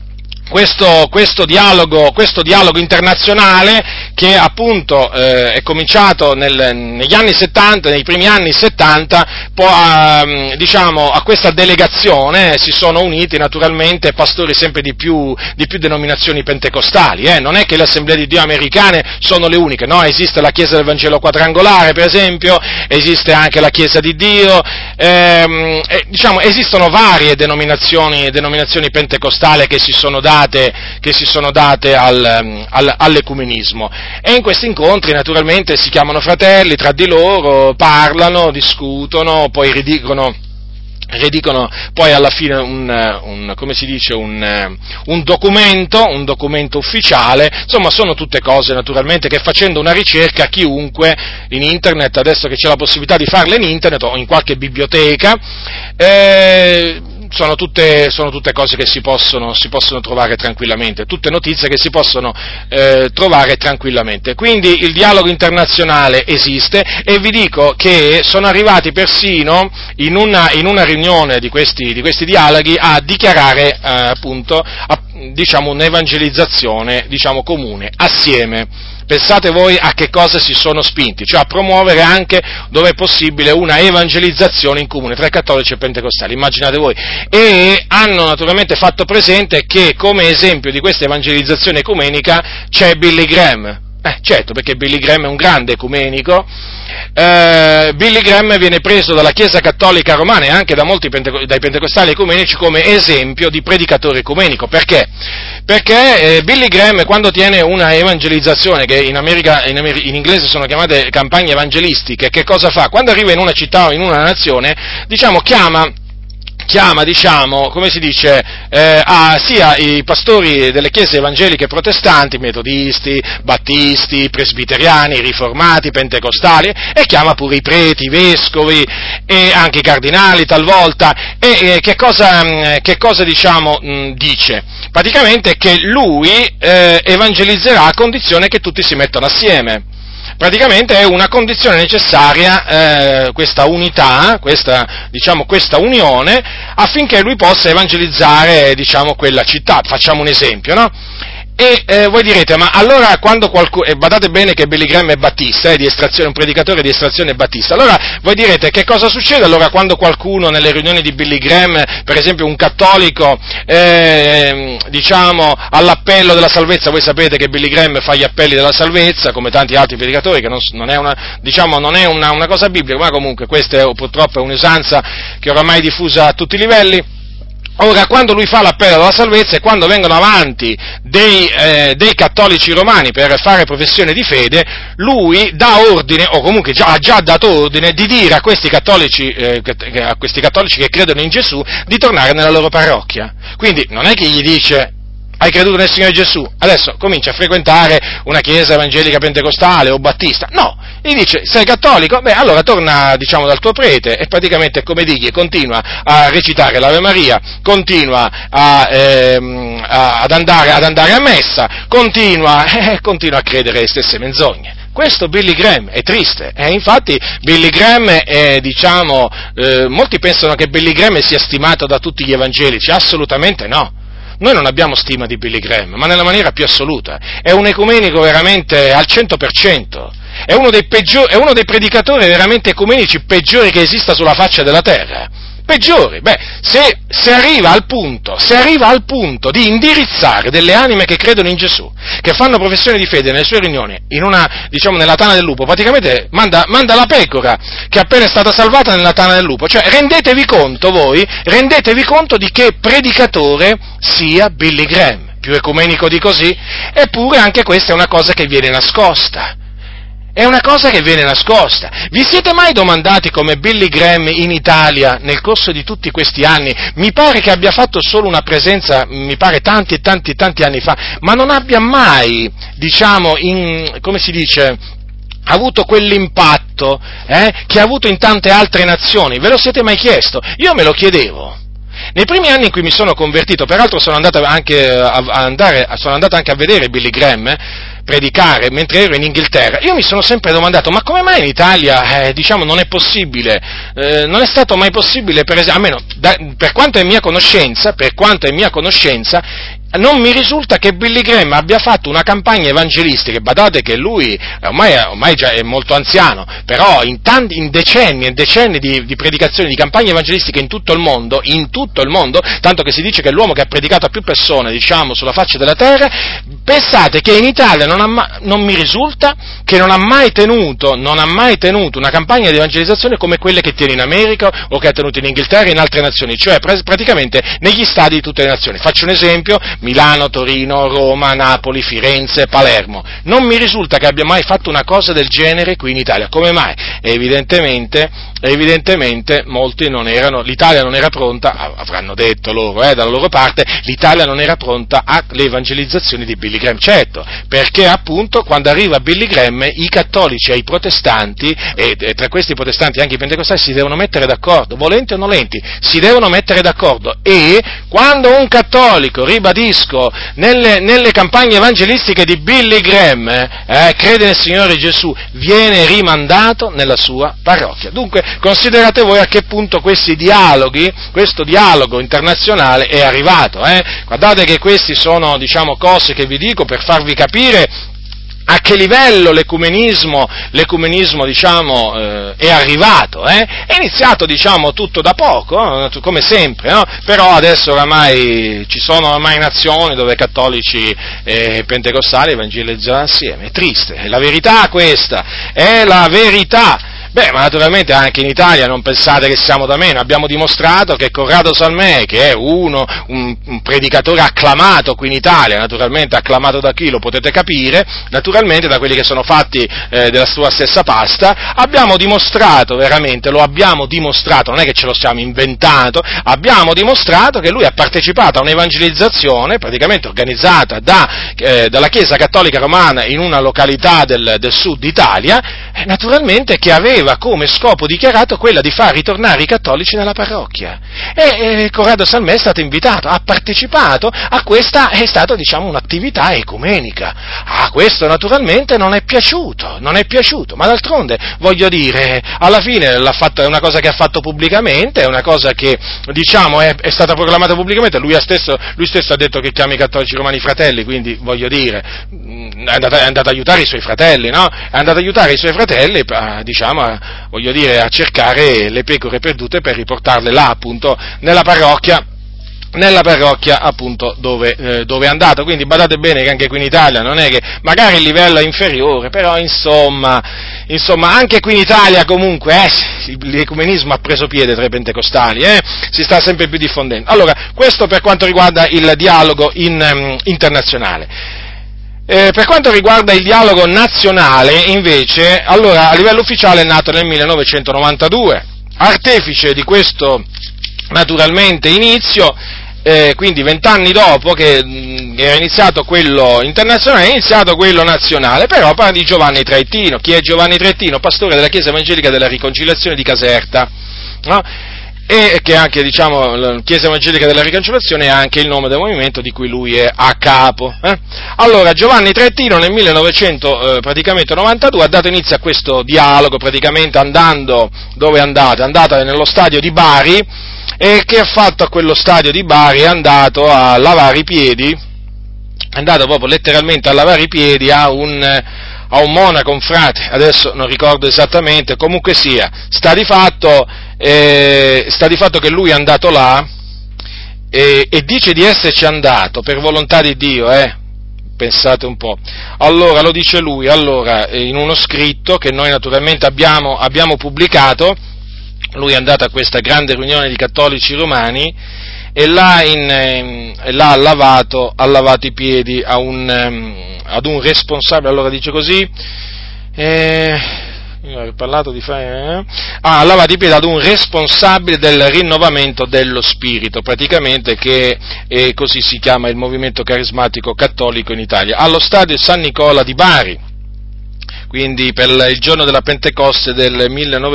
questo dialogo internazionale che appunto è cominciato negli anni 70, nei primi anni 70, diciamo a questa delegazione si sono uniti naturalmente pastori sempre di più denominazioni pentecostali, non è che le Assemblee di Dio americane sono le uniche, no, esiste la Chiesa del Vangelo Quadrangolare per esempio, esiste anche la Chiesa di Dio, diciamo esistono varie denominazioni pentecostali che si sono date all'ecumenismo, e in questi incontri naturalmente si chiamano fratelli tra di loro, parlano, discutono, poi redicono poi alla fine un documento ufficiale. Insomma, sono tutte cose naturalmente che, facendo una ricerca, chiunque in internet, adesso che c'è la possibilità di farla in internet o in qualche biblioteca, sono tutte cose che si possono trovare tranquillamente, tutte notizie che si possono trovare tranquillamente. Quindi il dialogo internazionale esiste, e vi dico che sono arrivati persino in una riunione di questi dialoghi a dichiarare diciamo un'evangelizzazione, diciamo, comune, assieme. Pensate voi a che cosa si sono spinti, cioè a promuovere anche, dove è possibile, una evangelizzazione in comune tra i cattolici e i pentecostali, immaginate voi, e hanno naturalmente fatto presente che come esempio di questa evangelizzazione ecumenica c'è Billy Graham. Certo, perché Billy Graham è un grande ecumenico. Billy Graham viene preso dalla Chiesa Cattolica Romana e anche da molti dai pentecostali ecumenici come esempio di predicatore ecumenico. Perché? Perché Billy Graham, quando tiene una evangelizzazione, che in in inglese sono chiamate campagne evangelistiche, che cosa fa? Quando arriva in una città o in una nazione, diciamo, chiama, come si dice, sia i pastori delle chiese evangeliche protestanti, metodisti, battisti, presbiteriani, riformati, pentecostali, e chiama pure i preti, i vescovi e anche i cardinali talvolta, e che cosa diciamo dice? Praticamente che lui evangelizzerà a condizione che tutti si mettano assieme. Praticamente è una condizione necessaria questa unità, questa unione, affinché lui possa evangelizzare, diciamo, quella città. Facciamo un esempio, no? E voi direte, ma allora quando qualcuno, badate bene che Billy Graham è battista, un predicatore di estrazione battista, allora voi direte, che cosa succede allora quando qualcuno nelle riunioni di Billy Graham, per esempio un cattolico, diciamo, all'appello della salvezza, voi sapete che Billy Graham fa gli appelli della salvezza, come tanti altri predicatori, che non è una cosa biblica, ma comunque questa purtroppo è un'usanza che oramai è diffusa a tutti i livelli. Ora, quando lui fa l'appello alla salvezza e quando vengono avanti dei cattolici romani per fare professione di fede, lui dà ordine, o comunque ha già dato ordine, di dire a questi cattolici che credono in Gesù di tornare nella loro parrocchia. Quindi non è che gli dice: hai creduto nel Signore Gesù, adesso comincia a frequentare una chiesa evangelica pentecostale o battista. No, gli dice: sei cattolico? Beh, allora torna, diciamo, dal tuo prete, e praticamente è come digli, continua a recitare l'Ave Maria, continua ad andare a messa, continua a credere le stesse menzogne. Questo Billy Graham è triste, infatti Billy Graham è, diciamo, molti pensano che Billy Graham sia stimato da tutti gli evangelici, assolutamente no. Noi non abbiamo stima di Billy Graham, ma nella maniera più assoluta. È un ecumenico veramente al 100%. È uno dei predicatori veramente ecumenici peggiori che esista sulla faccia della terra. Peggiori. Beh, se arriva al punto di indirizzare delle anime che credono in Gesù, che fanno professione di fede nelle sue riunioni, nella tana del lupo, praticamente manda la pecora che è appena stata salvata nella tana del lupo. Cioè, rendetevi conto di che predicatore sia Billy Graham, più ecumenico di così. Eppure anche questa è una cosa che viene nascosta. Vi siete mai domandati come Billy Graham in Italia, nel corso di tutti questi anni, mi pare che abbia fatto solo una presenza, tanti anni fa, ma non abbia mai, diciamo, avuto quell'impatto che ha avuto in tante altre nazioni? Ve lo siete mai chiesto? Io me lo chiedevo. Nei primi anni in cui mi sono convertito, peraltro sono andato anche a vedere Billy Graham predicare mentre ero in Inghilterra. Io mi sono sempre domandato: ma come mai in Italia, non è possibile, non è stato mai possibile, per esempio, almeno per quanto è mia conoscenza, non mi risulta che Billy Graham abbia fatto una campagna evangelistica, badate che lui ormai già è molto anziano, però in decenni e decenni di predicazioni, di campagne evangelistiche in tutto il mondo, tanto che si dice che è l'uomo che ha predicato a più persone, diciamo, sulla faccia della terra. Pensate che in Italia non mi risulta che non ha mai tenuto una campagna di evangelizzazione come quelle che tiene in America o che ha tenuto in Inghilterra e in altre nazioni, cioè praticamente negli stadi di tutte le nazioni. Faccio un esempio: Milano, Torino, Roma, Napoli, Firenze, Palermo. Non mi risulta che abbia mai fatto una cosa del genere qui in Italia. Come mai? Evidentemente molti l'Italia non era pronta, avranno detto loro, dalla loro parte, l'Italia non era pronta alle evangelizzazioni di Billy Graham. Certo, perché appunto quando arriva Billy Graham i cattolici e i protestanti, e tra questi protestanti anche i pentecostali, si devono mettere d'accordo, volenti o nolenti, si devono mettere d'accordo, e quando un cattolico, ribadisco, nelle campagne evangelistiche di Billy Graham crede nel Signore Gesù, viene rimandato nella sua parrocchia. Dunque considerate voi a che punto questo dialogo internazionale è arrivato. Guardate che questi sono, diciamo, cose che vi dico per farvi capire a che livello l'ecumenismo diciamo, è arrivato. È iniziato, diciamo, tutto da poco, come sempre, no? Però adesso oramai ci sono nazioni dove cattolici e pentecostali evangelizzano assieme. È triste, è la verità questa, è la verità. Beh, ma naturalmente anche in Italia non pensate che siamo da meno, abbiamo dimostrato che Corrado Salmè, che è un predicatore acclamato qui in Italia, naturalmente acclamato da chi lo potete capire, naturalmente da quelli che sono fatti della sua stessa pasta, abbiamo dimostrato veramente, lo abbiamo dimostrato, non è che ce lo siamo inventato, abbiamo dimostrato che lui ha partecipato a un'evangelizzazione praticamente organizzata dalla Chiesa Cattolica Romana in una località del sud Italia, naturalmente che aveva come scopo dichiarato quella di far ritornare i cattolici nella parrocchia. E Corrado Salmè è stato invitato, ha partecipato a questa, è stata, diciamo, un'attività ecumenica. A questo naturalmente non è piaciuto, ma d'altronde, voglio dire, alla fine è una cosa che ha fatto pubblicamente, è una cosa che, diciamo, è stata proclamata pubblicamente, lui stesso ha detto che chiama i cattolici romani fratelli, quindi, voglio dire, è andato ad aiutare i suoi fratelli, no? È andato ad aiutare i suoi fratelli, diciamo, voglio dire, a cercare le pecore perdute per riportarle là, appunto, nella parrocchia appunto dove è andato. Quindi badate bene che anche qui in Italia non è che magari il livello è inferiore, però insomma anche qui in Italia comunque l'ecumenismo ha preso piede tra i pentecostali, si sta sempre più diffondendo. Allora, questo per quanto riguarda il dialogo internazionale. Per quanto riguarda il dialogo nazionale, invece, allora, a livello ufficiale è nato nel 1992, artefice di questo, naturalmente, inizio, quindi 20 anni dopo che era iniziato quello internazionale, è iniziato quello nazionale, però parla di Giovanni Traettino. Chi è Giovanni Traettino? Pastore della Chiesa Evangelica della Riconciliazione di Caserta, no? E che anche, diciamo, la Chiesa Evangelica della Riconciliazione è anche il nome del movimento di cui lui è a capo. Allora, Giovanni Traettino nel 1992 ha dato inizio a questo dialogo, praticamente andando, dove è andato? È andato nello stadio di Bari, e che ha fatto a quello stadio di Bari? È andato a lavare i piedi, è andato proprio letteralmente a lavare i piedi a un monaco, un frate, adesso non ricordo esattamente, comunque sia, sta di fatto che lui è andato là e dice di esserci andato per volontà di Dio, pensate un po'. Allora, lo dice lui, in uno scritto che noi naturalmente abbiamo pubblicato. Lui è andato a questa grande riunione di cattolici romani e là ha lavato i piedi ad un responsabile. Allora dice così, ho parlato di ha lavato i piedi ad un responsabile del rinnovamento dello spirito, praticamente, che così si chiama il movimento carismatico cattolico in Italia, allo stadio San Nicola di Bari. Quindi per il giorno della Pentecoste del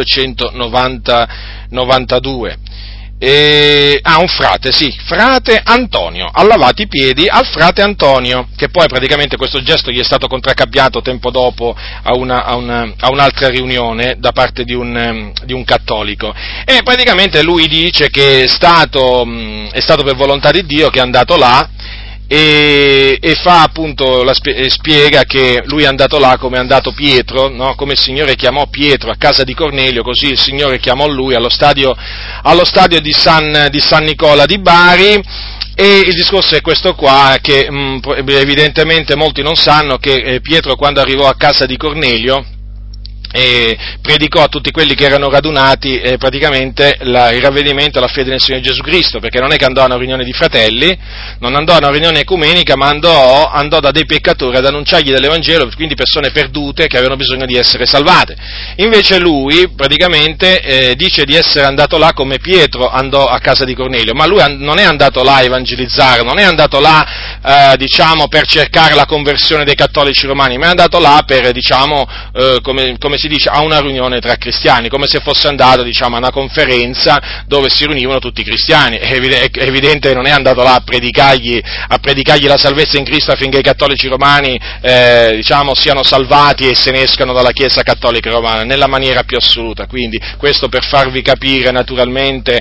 1992. Un frate Antonio, ha lavato i piedi al frate Antonio, che poi praticamente questo gesto gli è stato contraccambiato tempo dopo a un'altra riunione da parte di un cattolico, e praticamente lui dice che è stato per volontà di Dio che è andato là e fa appunto, spiega che lui è andato là come è andato Pietro, no? Come il Signore chiamò Pietro a casa di Cornelio, così il Signore chiamò lui allo stadio di San Nicola di Bari. E il discorso è questo qua, che evidentemente molti non sanno che Pietro, quando arrivò a casa di Cornelio, predicò a tutti quelli che erano radunati praticamente il ravvedimento e la fede nel Signore Gesù Cristo, perché non è che andò a una riunione di fratelli, non andò a una riunione ecumenica, ma andò da dei peccatori ad annunciargli dell'Evangelo, quindi persone perdute che avevano bisogno di essere salvate. Invece lui praticamente dice di essere andato là come Pietro andò a casa di Cornelio, ma lui non è andato là a evangelizzare, non è andato là per cercare la conversione dei cattolici romani, ma è andato là per come si dice, a una riunione tra cristiani, come se fosse andato, a una conferenza dove si riunivano tutti i cristiani. È evidente che non è andato là a predicargli la salvezza in Cristo affinché i cattolici romani, siano salvati e se ne escano dalla Chiesa cattolica romana, nella maniera più assoluta. Quindi, questo per farvi capire, naturalmente,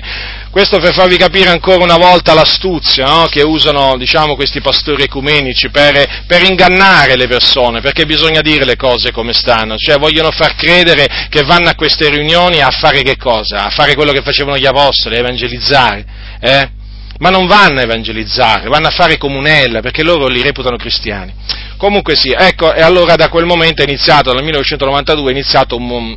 ancora una volta l'astuzia, no? Che usano, questi pastori ecumenici per ingannare le persone, perché bisogna dire le cose come stanno, cioè vogliono far credere che vanno a queste riunioni a fare che cosa? A fare quello che facevano gli apostoli, a evangelizzare, ma non vanno a evangelizzare, vanno a fare comunella, perché loro li reputano cristiani. Comunque sì, ecco, e allora da quel momento dal 1992 è iniziato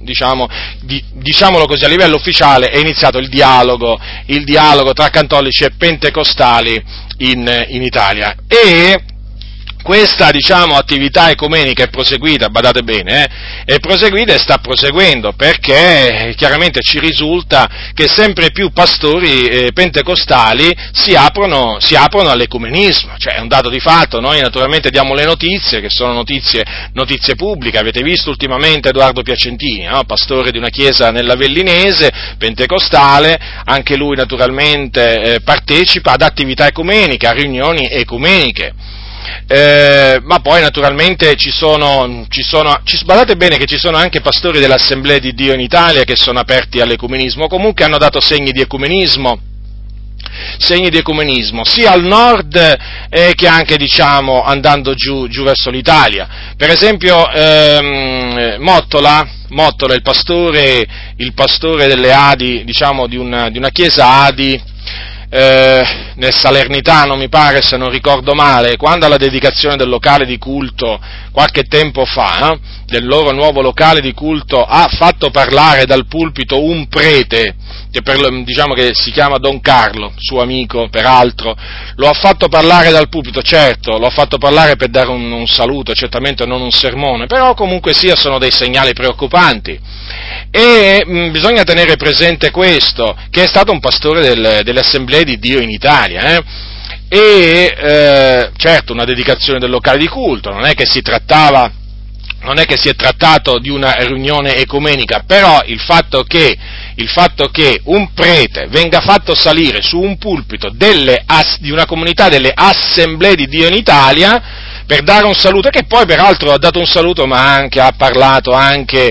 diciamolo così, a livello ufficiale, è iniziato il dialogo tra cattolici e pentecostali in Italia. E questa, attività ecumenica è proseguita, badate bene, è proseguita e sta proseguendo, perché chiaramente ci risulta che sempre più pastori pentecostali si aprono all'ecumenismo, cioè è un dato di fatto. Noi naturalmente diamo le notizie, che sono notizie pubbliche. Avete visto ultimamente Edoardo Piacentini, no? Pastore di una chiesa nell'Avellinese, pentecostale, anche lui naturalmente partecipa ad attività ecumeniche, a riunioni ecumeniche. Ma poi naturalmente badate bene che ci sono anche pastori dell'Assemblea di Dio in Italia che sono aperti all'ecumenismo, comunque hanno dato segni di ecumenismo sia al nord che anche andando giù verso l'Italia. Per esempio Mottola, il pastore delle Adi, di una chiesa Adi, nel Salernitano, mi pare, se non ricordo male, quando alla dedicazione del locale di culto, qualche tempo fa, del loro nuovo locale di culto, ha fatto parlare dal pulpito un prete, che che si chiama Don Carlo, suo amico peraltro, lo ha fatto parlare dal pulpito, certo, lo ha fatto parlare per dare un saluto, certamente non un sermone, però comunque sono dei segnali preoccupanti. E bisogna tenere presente questo, che è stato un pastore delle Assemblee di Dio in Italia, certo, una dedicazione del locale di culto, non è che si è trattato di una riunione ecumenica, però il fatto che un prete venga fatto salire su un pulpito di una comunità delle Assemblee di Dio in Italia per dare un saluto, che poi peraltro ha dato un saluto, ma ha parlato anche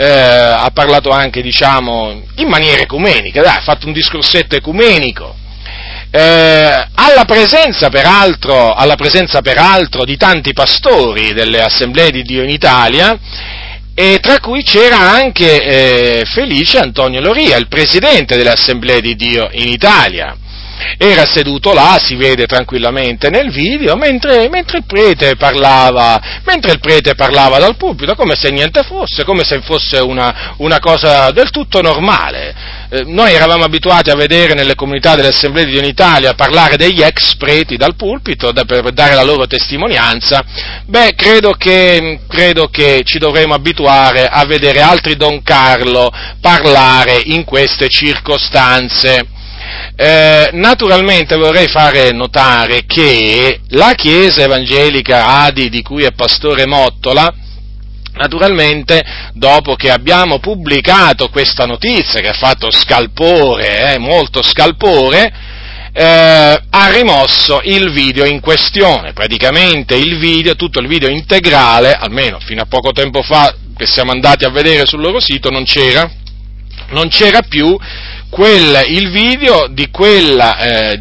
in maniera ecumenica, ha fatto un discorsetto ecumenico, alla presenza peraltro di tanti pastori delle Assemblee di Dio in Italia, e tra cui c'era anche Felice Antonio Loria, il presidente delle Assemblee di Dio in Italia. Era seduto là, si vede tranquillamente nel video, mentre il prete parlava dal pulpito, come se niente fosse, come se fosse una cosa del tutto normale. Noi eravamo abituati a vedere nelle comunità delle Assemblee di Dio in Italia parlare degli ex preti dal pulpito per dare la loro testimonianza. Credo che ci dovremo abituare a vedere altri Don Carlo parlare in queste circostanze. Naturalmente vorrei fare notare che la Chiesa Evangelica Adi, di cui è pastore Mottola, naturalmente, dopo che abbiamo pubblicato questa notizia che ha fatto scalpore, molto scalpore, ha rimosso il video in questione, praticamente tutto il video integrale, almeno fino a poco tempo fa che siamo andati a vedere sul loro sito, non c'era, non c'era più il video di quel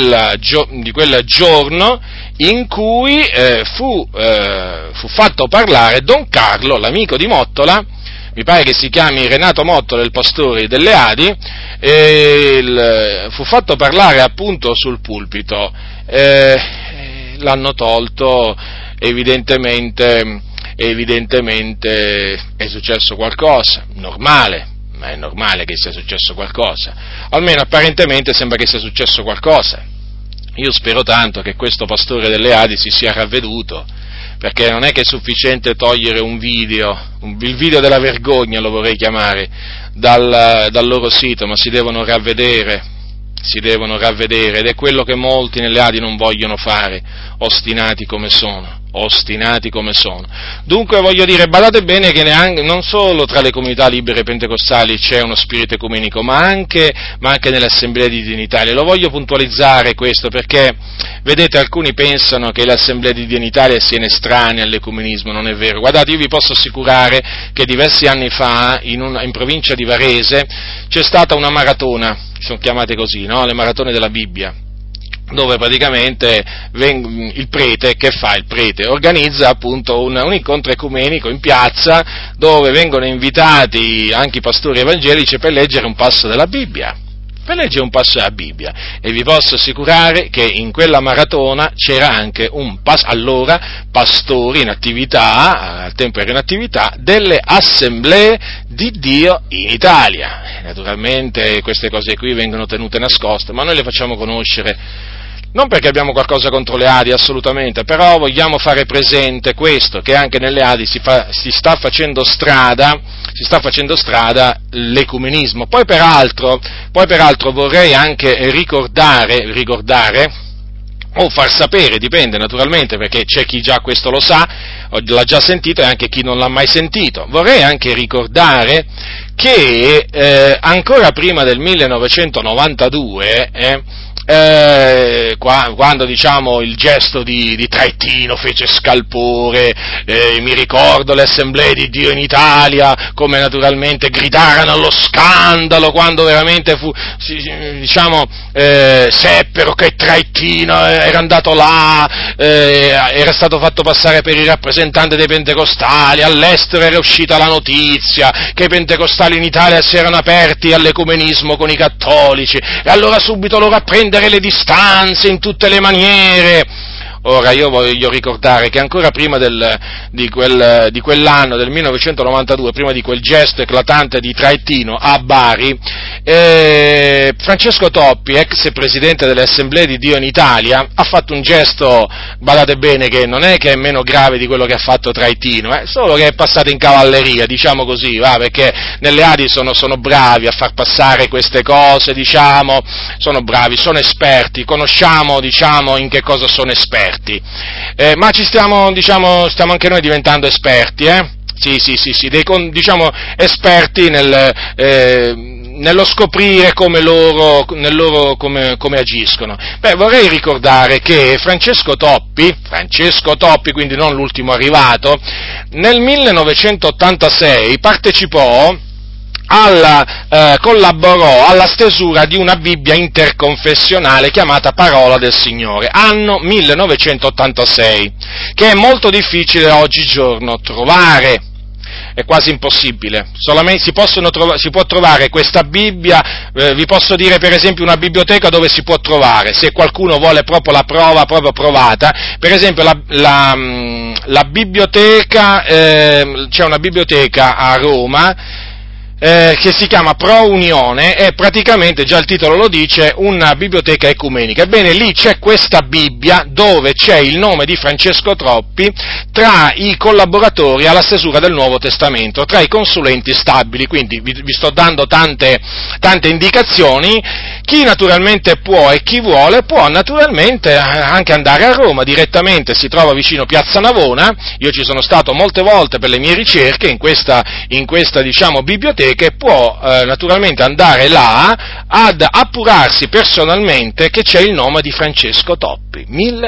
giorno in cui fu fatto parlare Don Carlo, l'amico di Mottola, mi pare che si chiami Renato Mottola, il pastore delle Adi, fu fatto parlare appunto sul pulpito. L'hanno tolto, evidentemente è successo qualcosa, normale. Ma è normale che sia successo qualcosa, almeno apparentemente sembra che sia successo qualcosa. Io spero tanto che questo pastore delle Adi si sia ravveduto, perché non è che è sufficiente togliere un video, il video della vergogna lo vorrei chiamare, dal loro sito, ma si devono ravvedere, ed è quello che molti nelle Adi non vogliono fare, ostinati come sono. Dunque voglio dire, badate bene che non solo tra le comunità libere pentecostali c'è uno spirito ecumenico, ma anche nelle assemblee di Dio in Italia. Lo voglio puntualizzare questo perché, vedete, alcuni pensano che le assemblee di Dio in Italia siano estranee all'ecumenismo, non è vero. Guardate, io vi posso assicurare che diversi anni fa in provincia di Varese c'è stata una maratona, sono chiamate così, no? Le maratone della Bibbia, dove praticamente il prete organizza appunto un incontro ecumenico in piazza, dove vengono invitati anche i pastori evangelici per leggere un passo della Bibbia. E vi posso assicurare che in quella maratona c'era anche allora pastori in attività, al tempo era in attività, delle assemblee di Dio in Italia. Naturalmente queste cose qui vengono tenute nascoste, ma noi le facciamo conoscere. Non perché abbiamo qualcosa contro le Adi, assolutamente, però vogliamo fare presente questo, che anche nelle Adi si sta facendo strada l'ecumenismo. Poi peraltro vorrei anche ricordare, o far sapere, dipende naturalmente, perché c'è chi già questo lo sa, l'ha già sentito, e anche chi non l'ha mai sentito. Vorrei anche ricordare che ancora prima del 1992, quando diciamo il gesto di Traettino fece scalpore, mi ricordo le assemblee di Dio in Italia come naturalmente gridarono allo scandalo quando veramente seppero che Traettino era andato là, era stato fatto passare per il rappresentante dei pentecostali, all'estero era uscita la notizia che i pentecostali in Italia si erano aperti all'ecumenismo con i cattolici, e allora subito loro a prendere le distanze in tutte le maniere. Ora io voglio ricordare che ancora prima di quell'anno, del 1992, prima di quel gesto eclatante di Traettino a Bari, Francesco Toppi, ex presidente delle Assemblee di Dio in Italia, ha fatto un gesto, badate bene, che non è che è meno grave di quello che ha fatto Traettino, solo che è passato in cavalleria, diciamo così, perché nelle Adi sono bravi a far passare queste cose, diciamo, sono bravi, sono esperti, conosciamo, diciamo, in che cosa sono esperti. Ma stiamo anche noi diventando esperti, Sì, diciamo esperti nello scoprire come agiscono. Vorrei ricordare che Francesco Toppi, quindi non l'ultimo arrivato, nel 1986 partecipò collaborò alla stesura di una Bibbia interconfessionale chiamata Parola del Signore, anno 1986, che è molto difficile oggigiorno trovare, è quasi impossibile. Solamente si può trovare questa Bibbia, vi posso dire per esempio una biblioteca dove si può trovare, se qualcuno vuole proprio la prova proprio provata, per esempio la biblioteca, c'è una biblioteca a Roma che si chiama Pro Unione, e praticamente, già il titolo lo dice, una biblioteca ecumenica. Ebbene, lì c'è questa Bibbia dove c'è il nome di Francesco Toppi tra i collaboratori alla stesura del Nuovo Testamento, tra i consulenti stabili, quindi vi sto dando tante indicazioni. Chi naturalmente può e chi vuole può naturalmente anche andare a Roma direttamente, si trova vicino Piazza Navona, io ci sono stato molte volte per le mie ricerche in questa diciamo biblioteca, che può naturalmente andare là ad appurarsi personalmente che c'è il nome di Francesco Toppi,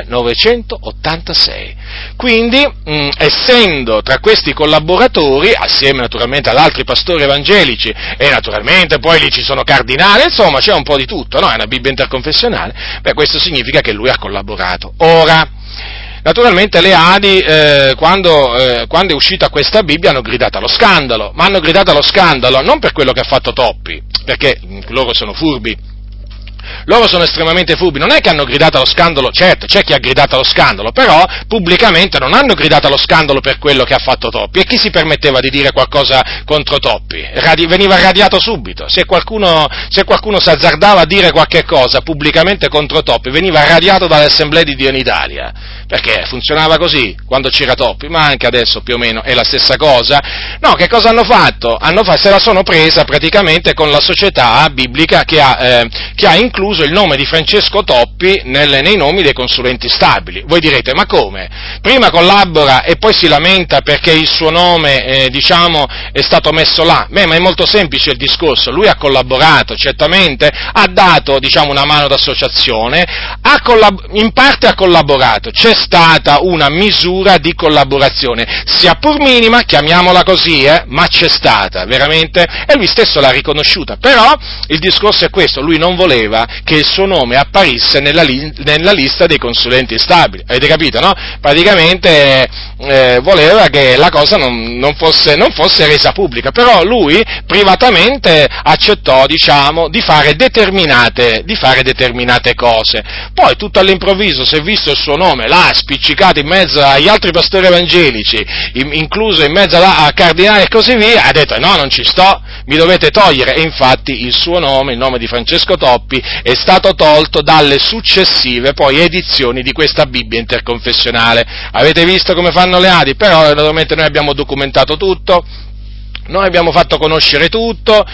1986. Quindi, essendo tra questi collaboratori, assieme naturalmente ad altri pastori evangelici, e naturalmente poi lì ci sono cardinali, insomma c'è un po' di tutto, no? È una Bibbia interconfessionale, questo significa che lui ha collaborato. Ora, naturalmente le Adi, quando è uscita questa Bibbia, hanno gridato allo scandalo, ma hanno gridato allo scandalo non per quello che ha fatto Toppi, perché loro sono furbi. Loro sono estremamente furbi, non è che hanno gridato allo scandalo, certo, c'è chi ha gridato allo scandalo, però pubblicamente non hanno gridato allo scandalo per quello che ha fatto Toppi, e chi si permetteva di dire qualcosa contro Toppi? Veniva radiato subito, se qualcuno si azzardava a dire qualche cosa pubblicamente contro Toppi, veniva radiato dalle assemblee di Dio in Italia, perché funzionava così quando c'era Toppi, ma anche adesso più o meno è la stessa cosa. No, che cosa hanno fatto? Se la sono presa praticamente con la società biblica che ha incluso il nome di Francesco Toppi nei nomi dei consulenti stabili. Voi direte, ma come? Prima collabora e poi si lamenta perché il suo nome, è stato messo là. Ma è molto semplice il discorso. Lui ha collaborato, certamente, ha dato, una mano d'associazione, in parte ha collaborato, c'è stata una misura di collaborazione, sia pur minima, chiamiamola così, ma c'è stata, veramente, e lui stesso l'ha riconosciuta. Però il discorso è questo, lui non voleva che il suo nome apparisse nella lista dei consulenti stabili, avete capito, no? Praticamente voleva che la cosa non fosse resa pubblica, però lui privatamente accettò, di fare determinate cose. Poi tutto all'improvviso si è visto il suo nome là spiccicato in mezzo agli altri pastori evangelici, incluso in mezzo a cardinali e così via, ha detto no, non ci sto, mi dovete togliere, e infatti il suo nome, il nome di Francesco Toppi, è stato tolto dalle successive poi edizioni di questa Bibbia interconfessionale. Avete visto come fanno le Adi? Però naturalmente noi abbiamo documentato tutto, noi abbiamo fatto conoscere tutto,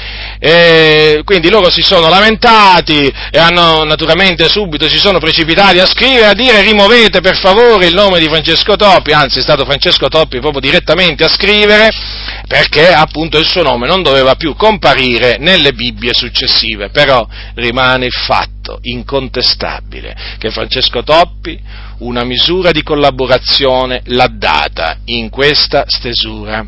quindi loro si sono lamentati e hanno naturalmente subito si sono precipitati a scrivere, a dire rimovete per favore il nome di Francesco Toppi, anzi è stato Francesco Toppi proprio direttamente a scrivere, perché appunto il suo nome non doveva più comparire nelle Bibbie successive. Però rimane il fatto incontestabile che Francesco Toppi una misura di collaborazione l'ha data in questa stesura.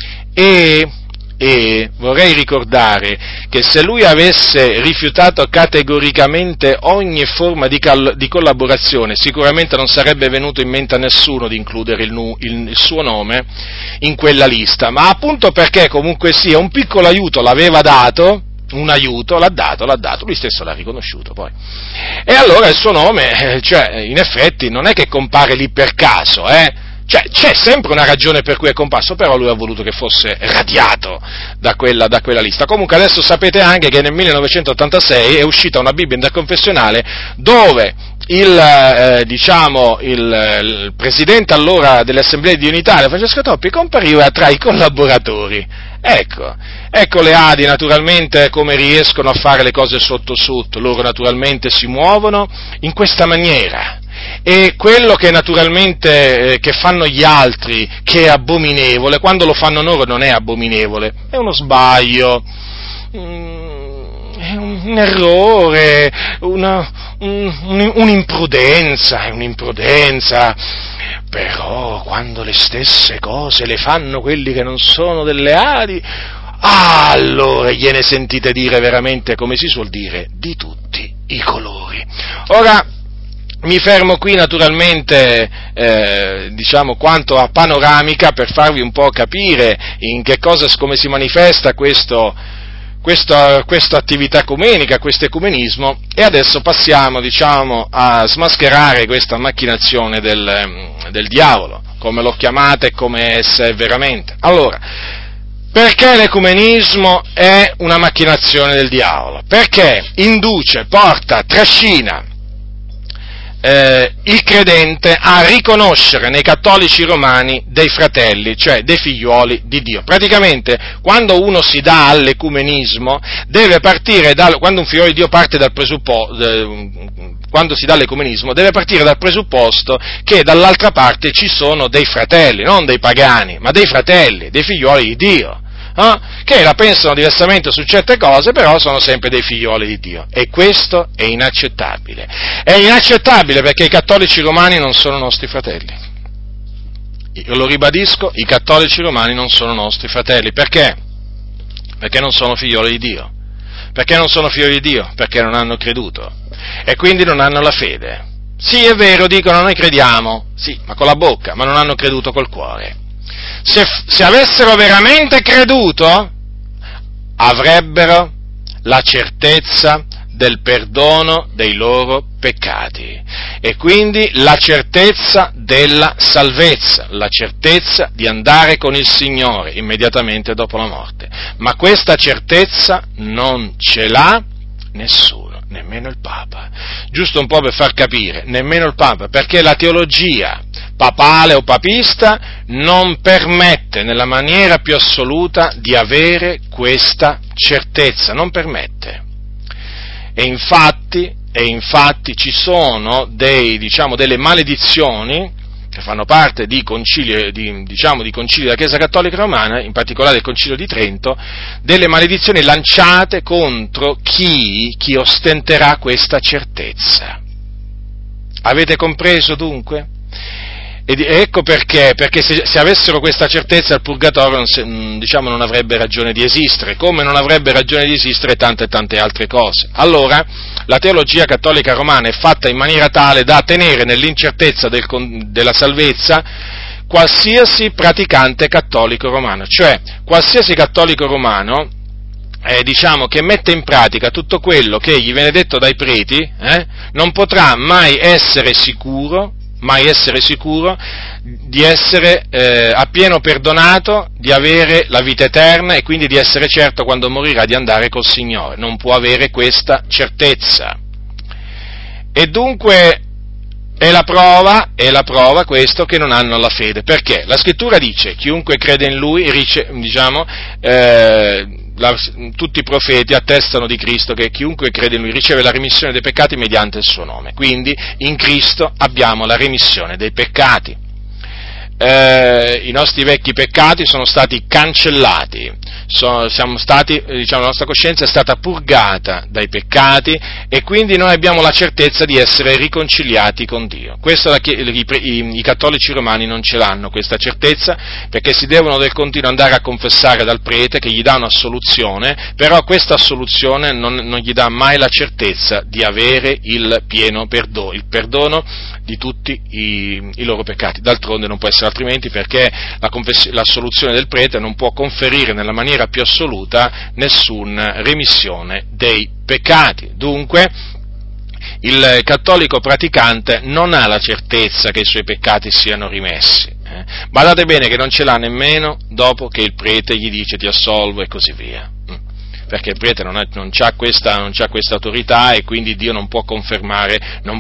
E vorrei ricordare che se lui avesse rifiutato categoricamente ogni forma di collaborazione, sicuramente non sarebbe venuto in mente a nessuno di includere il suo nome in quella lista, ma appunto perché comunque sia un piccolo aiuto l'aveva dato, un aiuto l'ha dato, lui stesso l'ha riconosciuto poi. E allora il suo nome, in effetti non è che compare lì per caso, c'è sempre una ragione per cui è comparso, però lui ha voluto che fosse radiato da quella lista. Comunque adesso sapete anche che nel 1986 è uscita una Bibbia interconfessionale dove il presidente allora delle Assemblee di Unità, Francesco Toppi, compariva tra i collaboratori. Ecco le Adi naturalmente come riescono a fare le cose sotto, loro naturalmente si muovono in questa maniera. E quello che naturalmente che fanno gli altri, che è abominevole, quando lo fanno loro non è abominevole, è uno sbaglio, è un errore, un'imprudenza, però quando le stesse cose le fanno quelli che non sono delle Adi, allora gliene sentite dire veramente, come si suol dire, di tutti i colori. Ora, mi fermo qui naturalmente, quanto a panoramica, per farvi un po' capire in che cosa, come si manifesta questa attività ecumenica, questo ecumenismo, e adesso passiamo, a smascherare questa macchinazione del diavolo, come l'ho chiamata e come essa è veramente. Allora, perché l'ecumenismo è una macchinazione del diavolo? Perché induce, porta, trascina il credente a riconoscere nei cattolici romani dei fratelli, cioè dei figliuoli di Dio. Praticamente, quando uno si dà all'ecumenismo, deve partire quando un figliolo di Dio parte dal quando si dà all'ecumenismo, deve partire dal presupposto che dall'altra parte ci sono dei fratelli, non dei pagani, ma dei fratelli, dei figliuoli di Dio. che la pensano diversamente su certe cose, però sono sempre dei figlioli di Dio. E questo è inaccettabile. È inaccettabile perché i cattolici romani non sono nostri fratelli. Io lo ribadisco, i cattolici romani non sono nostri fratelli. Perché? Perché non sono figlioli di Dio. Perché non sono figli di Dio? Perché non hanno creduto. E quindi non hanno la fede. Sì, è vero, dicono noi crediamo, sì, ma con la bocca, ma non hanno creduto col cuore. Se avessero veramente creduto, avrebbero la certezza del perdono dei loro peccati e quindi la certezza della salvezza, la certezza di andare con il Signore immediatamente dopo la morte. Ma questa certezza non ce l'ha nessuno, nemmeno il Papa. Giusto un po' per far capire, nemmeno il Papa, perché la teologia papale o papista non permette nella maniera più assoluta di avere questa certezza, non permette. E infatti ci sono delle maledizioni che fanno parte di concili della Chiesa Cattolica Romana, in particolare il Concilio di Trento, delle maledizioni lanciate contro chi ostenterà questa certezza. Avete compreso dunque? Ed ecco perché se avessero questa certezza il purgatorio non avrebbe ragione di esistere, come non avrebbe ragione di esistere tante e tante altre cose. Allora, la teologia cattolica romana è fatta in maniera tale da tenere nell'incertezza della salvezza qualsiasi praticante cattolico romano, cioè qualsiasi cattolico romano che mette in pratica tutto quello che gli viene detto dai preti, non potrà mai essere sicuro di essere appieno perdonato, di avere la vita eterna e quindi di essere certo quando morirà di andare col Signore. Non può avere questa certezza. E dunque è la prova questo che non hanno la fede. Perché? La Scrittura dice: chiunque crede in Lui, tutti i profeti attestano di Cristo che chiunque crede in Lui riceve la remissione dei peccati mediante il suo nome. Quindi in Cristo abbiamo la remissione dei peccati. I nostri vecchi peccati sono stati cancellati, la nostra coscienza è stata purgata dai peccati e quindi noi abbiamo la certezza di essere riconciliati con Dio. Questo i cattolici romani non ce l'hanno questa certezza, perché si devono del continuo andare a confessare dal prete che gli dà un'assoluzione, però questa assoluzione non gli dà mai la certezza di avere il pieno perdono, il perdono di tutti i loro peccati. D'altronde non può essere altrimenti, perché l'assoluzione del prete non può conferire nella maniera più assoluta nessuna remissione dei peccati. Dunque, il cattolico praticante non ha la certezza che i suoi peccati siano rimessi. Badate bene che non ce l'ha nemmeno dopo che il prete gli dice ti assolvo e così via. Perché il prete non c'ha questa autorità e quindi Dio non può confermare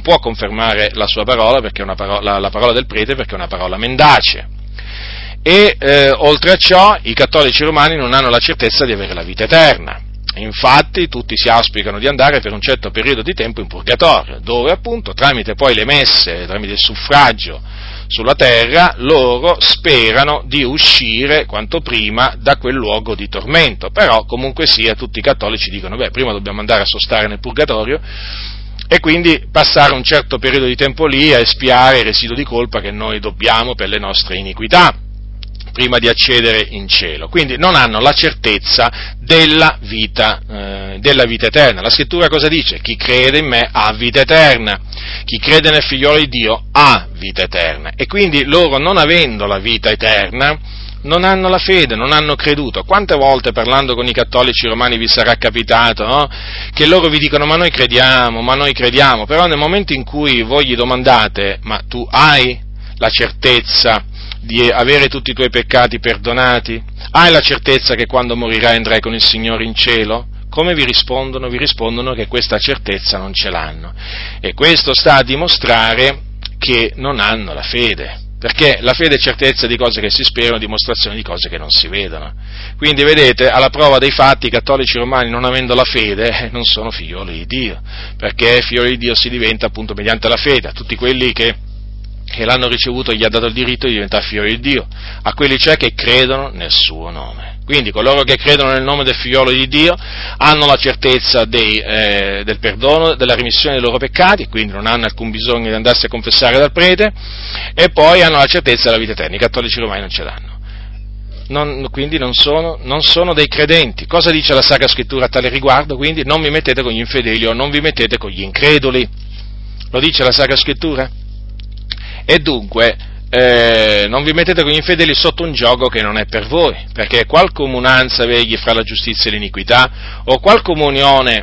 la sua parola, perché la parola del prete, perché è una parola mendace. E oltre a ciò i cattolici romani non hanno la certezza di avere la vita eterna. Infatti tutti si auspicano di andare per un certo periodo di tempo in purgatorio, dove appunto tramite poi le messe, tramite il suffragio sulla terra, loro sperano di uscire quanto prima da quel luogo di tormento. Però comunque sia tutti i cattolici dicono prima dobbiamo andare a sostare nel purgatorio e quindi passare un certo periodo di tempo lì a espiare il residuo di colpa che noi dobbiamo per le nostre iniquità, prima di accedere in cielo. Quindi non hanno la certezza della vita eterna. La Scrittura cosa dice? Chi crede in me ha vita eterna, chi crede nel Figliolo di Dio ha vita eterna. E quindi loro, non avendo la vita eterna, non hanno la fede, non hanno creduto. Quante volte parlando con i cattolici romani vi sarà capitato, no? Che loro vi dicono ma noi crediamo, però nel momento in cui voi gli domandate ma tu hai la certezza di avere tutti i tuoi peccati perdonati? Hai la certezza che quando morirai andrai con il Signore in cielo? Come vi rispondono? Vi rispondono che questa certezza non ce l'hanno. E questo sta a dimostrare che non hanno la fede, perché la fede è certezza di cose che si sperano, dimostrazione di cose che non si vedono. Quindi vedete, alla prova dei fatti, i cattolici romani, non avendo la fede, non sono figlioli di Dio, perché figlioli di Dio si diventa appunto mediante la fede. A tutti quelli che che l'hanno ricevuto gli ha dato il diritto di diventare figlioli di Dio, a quelli cioè che credono nel suo nome. Quindi coloro che credono nel nome del figliolo di Dio hanno la certezza del perdono, della rimissione dei loro peccati, quindi non hanno alcun bisogno di andarsi a confessare dal prete, e poi hanno la certezza della vita eterna. I cattolici romani non ce l'hanno. Quindi non sono dei credenti. Cosa dice la Sacra Scrittura a tale riguardo? Quindi non vi mettete con gli infedeli o non vi mettete con gli increduli. Lo dice la Sacra Scrittura? E dunque non vi mettete con gli infedeli sotto un giogo che non è per voi, perché qual comunanza vegli fra la giustizia e l'iniquità, o qual comunione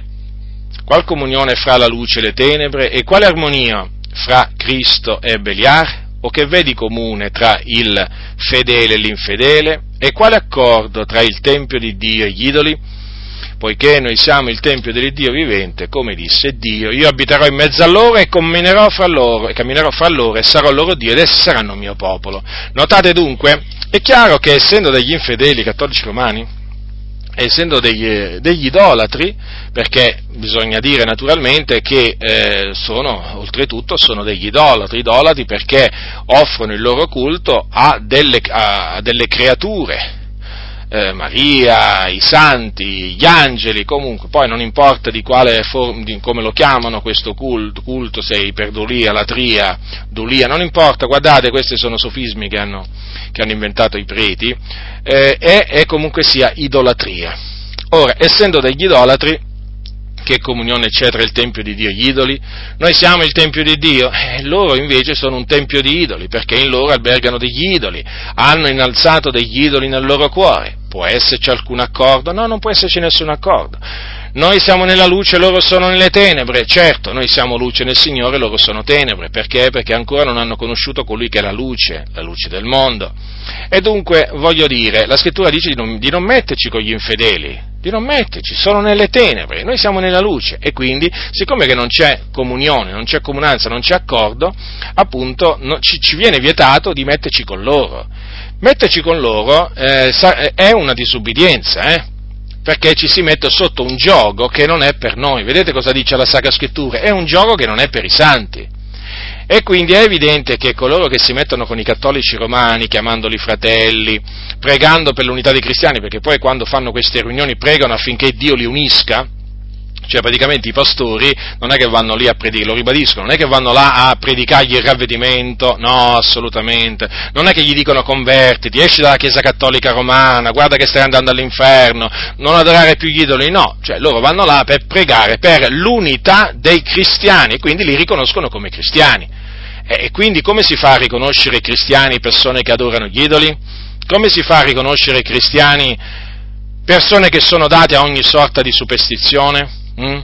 fra la luce e le tenebre, e quale armonia fra Cristo e Beliar? O che vedi comune tra il fedele e l'infedele? E quale accordo tra il Tempio di Dio e gli idoli? Poiché noi siamo il Tempio dell'Iddio vivente, come disse Dio, io abiterò in mezzo a loro e camminerò fra loro e sarò loro Dio ed essi saranno mio popolo. Notate dunque, è chiaro che essendo degli infedeli cattolici romani, essendo degli idolatri, perché bisogna dire naturalmente che oltretutto sono degli idolatri perché offrono il loro culto a delle creature, Maria, i santi, gli angeli, comunque, poi non importa di come lo chiamano questo culto, se iperdulia, latria, dulia, non importa, guardate, questi sono sofismi che hanno inventato i preti, e comunque sia idolatria. Ora, essendo degli idolatri, che comunione c'è tra il Tempio di Dio e gli idoli? Noi siamo il Tempio di Dio, loro invece sono un tempio di idoli, perché in loro albergano degli idoli, hanno innalzato degli idoli nel loro cuore. Può esserci alcun accordo? No, non può esserci nessun accordo. Noi siamo nella luce, loro sono nelle tenebre. Certo, noi siamo luce nel Signore, loro sono tenebre. Perché? Perché ancora non hanno conosciuto colui che è la luce del mondo. E dunque, voglio dire, la Scrittura dice di non metterci con gli infedeli, di non metterci, sono nelle tenebre, noi siamo nella luce, e quindi, siccome che non c'è comunione, non c'è comunanza, non c'è accordo, appunto, ci viene vietato di metterci con loro. Metterci con loro è una disubbidienza, perché ci si mette sotto un giogo che non è per noi. Vedete cosa dice la Sacra Scrittura? È un giogo che non è per i santi. E quindi è evidente che coloro che si mettono con i cattolici romani, chiamandoli fratelli, pregando per l'unità dei cristiani, perché poi quando fanno queste riunioni pregano affinché Dio li unisca, cioè praticamente i pastori non è che vanno lì a predicare, lo ribadisco, non è che vanno là a predicargli il ravvedimento, no, assolutamente, non è che gli dicono convertiti, esci dalla Chiesa Cattolica Romana, guarda che stai andando all'inferno, non adorare più gli idoli, no, cioè loro vanno là per pregare per l'unità dei cristiani, e quindi li riconoscono come cristiani. E quindi come si fa a riconoscere cristiani persone che adorano gli idoli? Come si fa a riconoscere cristiani persone che sono date a ogni sorta di superstizione?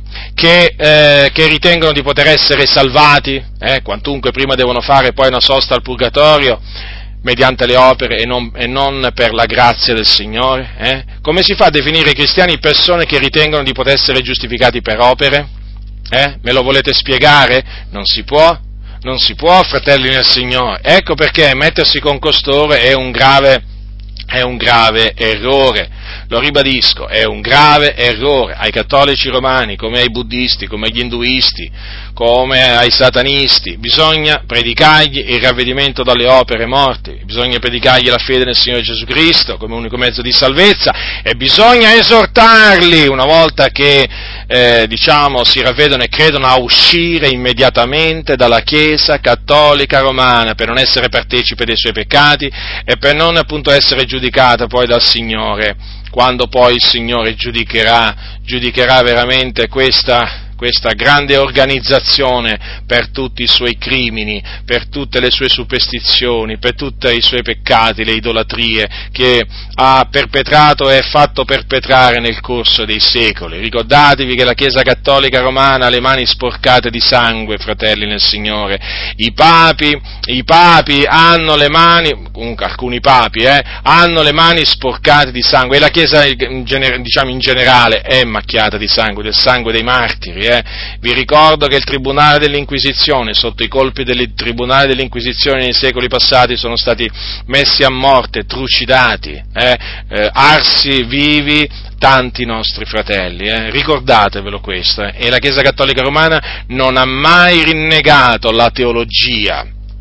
Che ritengono di poter essere salvati, quantunque prima devono fare poi una sosta al purgatorio mediante le opere e non per la grazia del Signore? Come si fa a definire i cristiani persone che ritengono di poter essere giustificati per opere? Me lo volete spiegare? Non si può, fratelli nel Signore. Ecco perché mettersi con costoro è un grave errore. Lo ribadisco, è un grave errore. Ai cattolici romani, come ai buddisti, come agli induisti, come ai satanisti, bisogna predicargli il ravvedimento dalle opere morte, bisogna predicargli la fede nel Signore Gesù Cristo come unico mezzo di salvezza, e bisogna esortarli, una volta che si ravvedono e credono, a uscire immediatamente dalla Chiesa Cattolica Romana per non essere partecipe dei suoi peccati e per non appunto essere giudicata poi dal Signore, quando poi il Signore giudicherà veramente questa grande organizzazione per tutti i suoi crimini, per tutte le sue superstizioni, per tutti i suoi peccati, le idolatrie che ha perpetrato e fatto perpetrare nel corso dei secoli. Ricordatevi che la Chiesa Cattolica Romana ha le mani sporcate di sangue, fratelli nel Signore. I papi hanno le mani, comunque alcuni papi, hanno le mani sporcate di sangue, e la Chiesa in generale è macchiata di sangue, del sangue dei martiri. Vi ricordo che il Tribunale dell'Inquisizione, sotto i colpi del Tribunale dell'Inquisizione nei secoli passati, sono stati messi a morte, trucidati, arsi vivi tanti nostri fratelli, ricordatevelo questo, e la Chiesa Cattolica Romana non ha mai rinnegato la teologia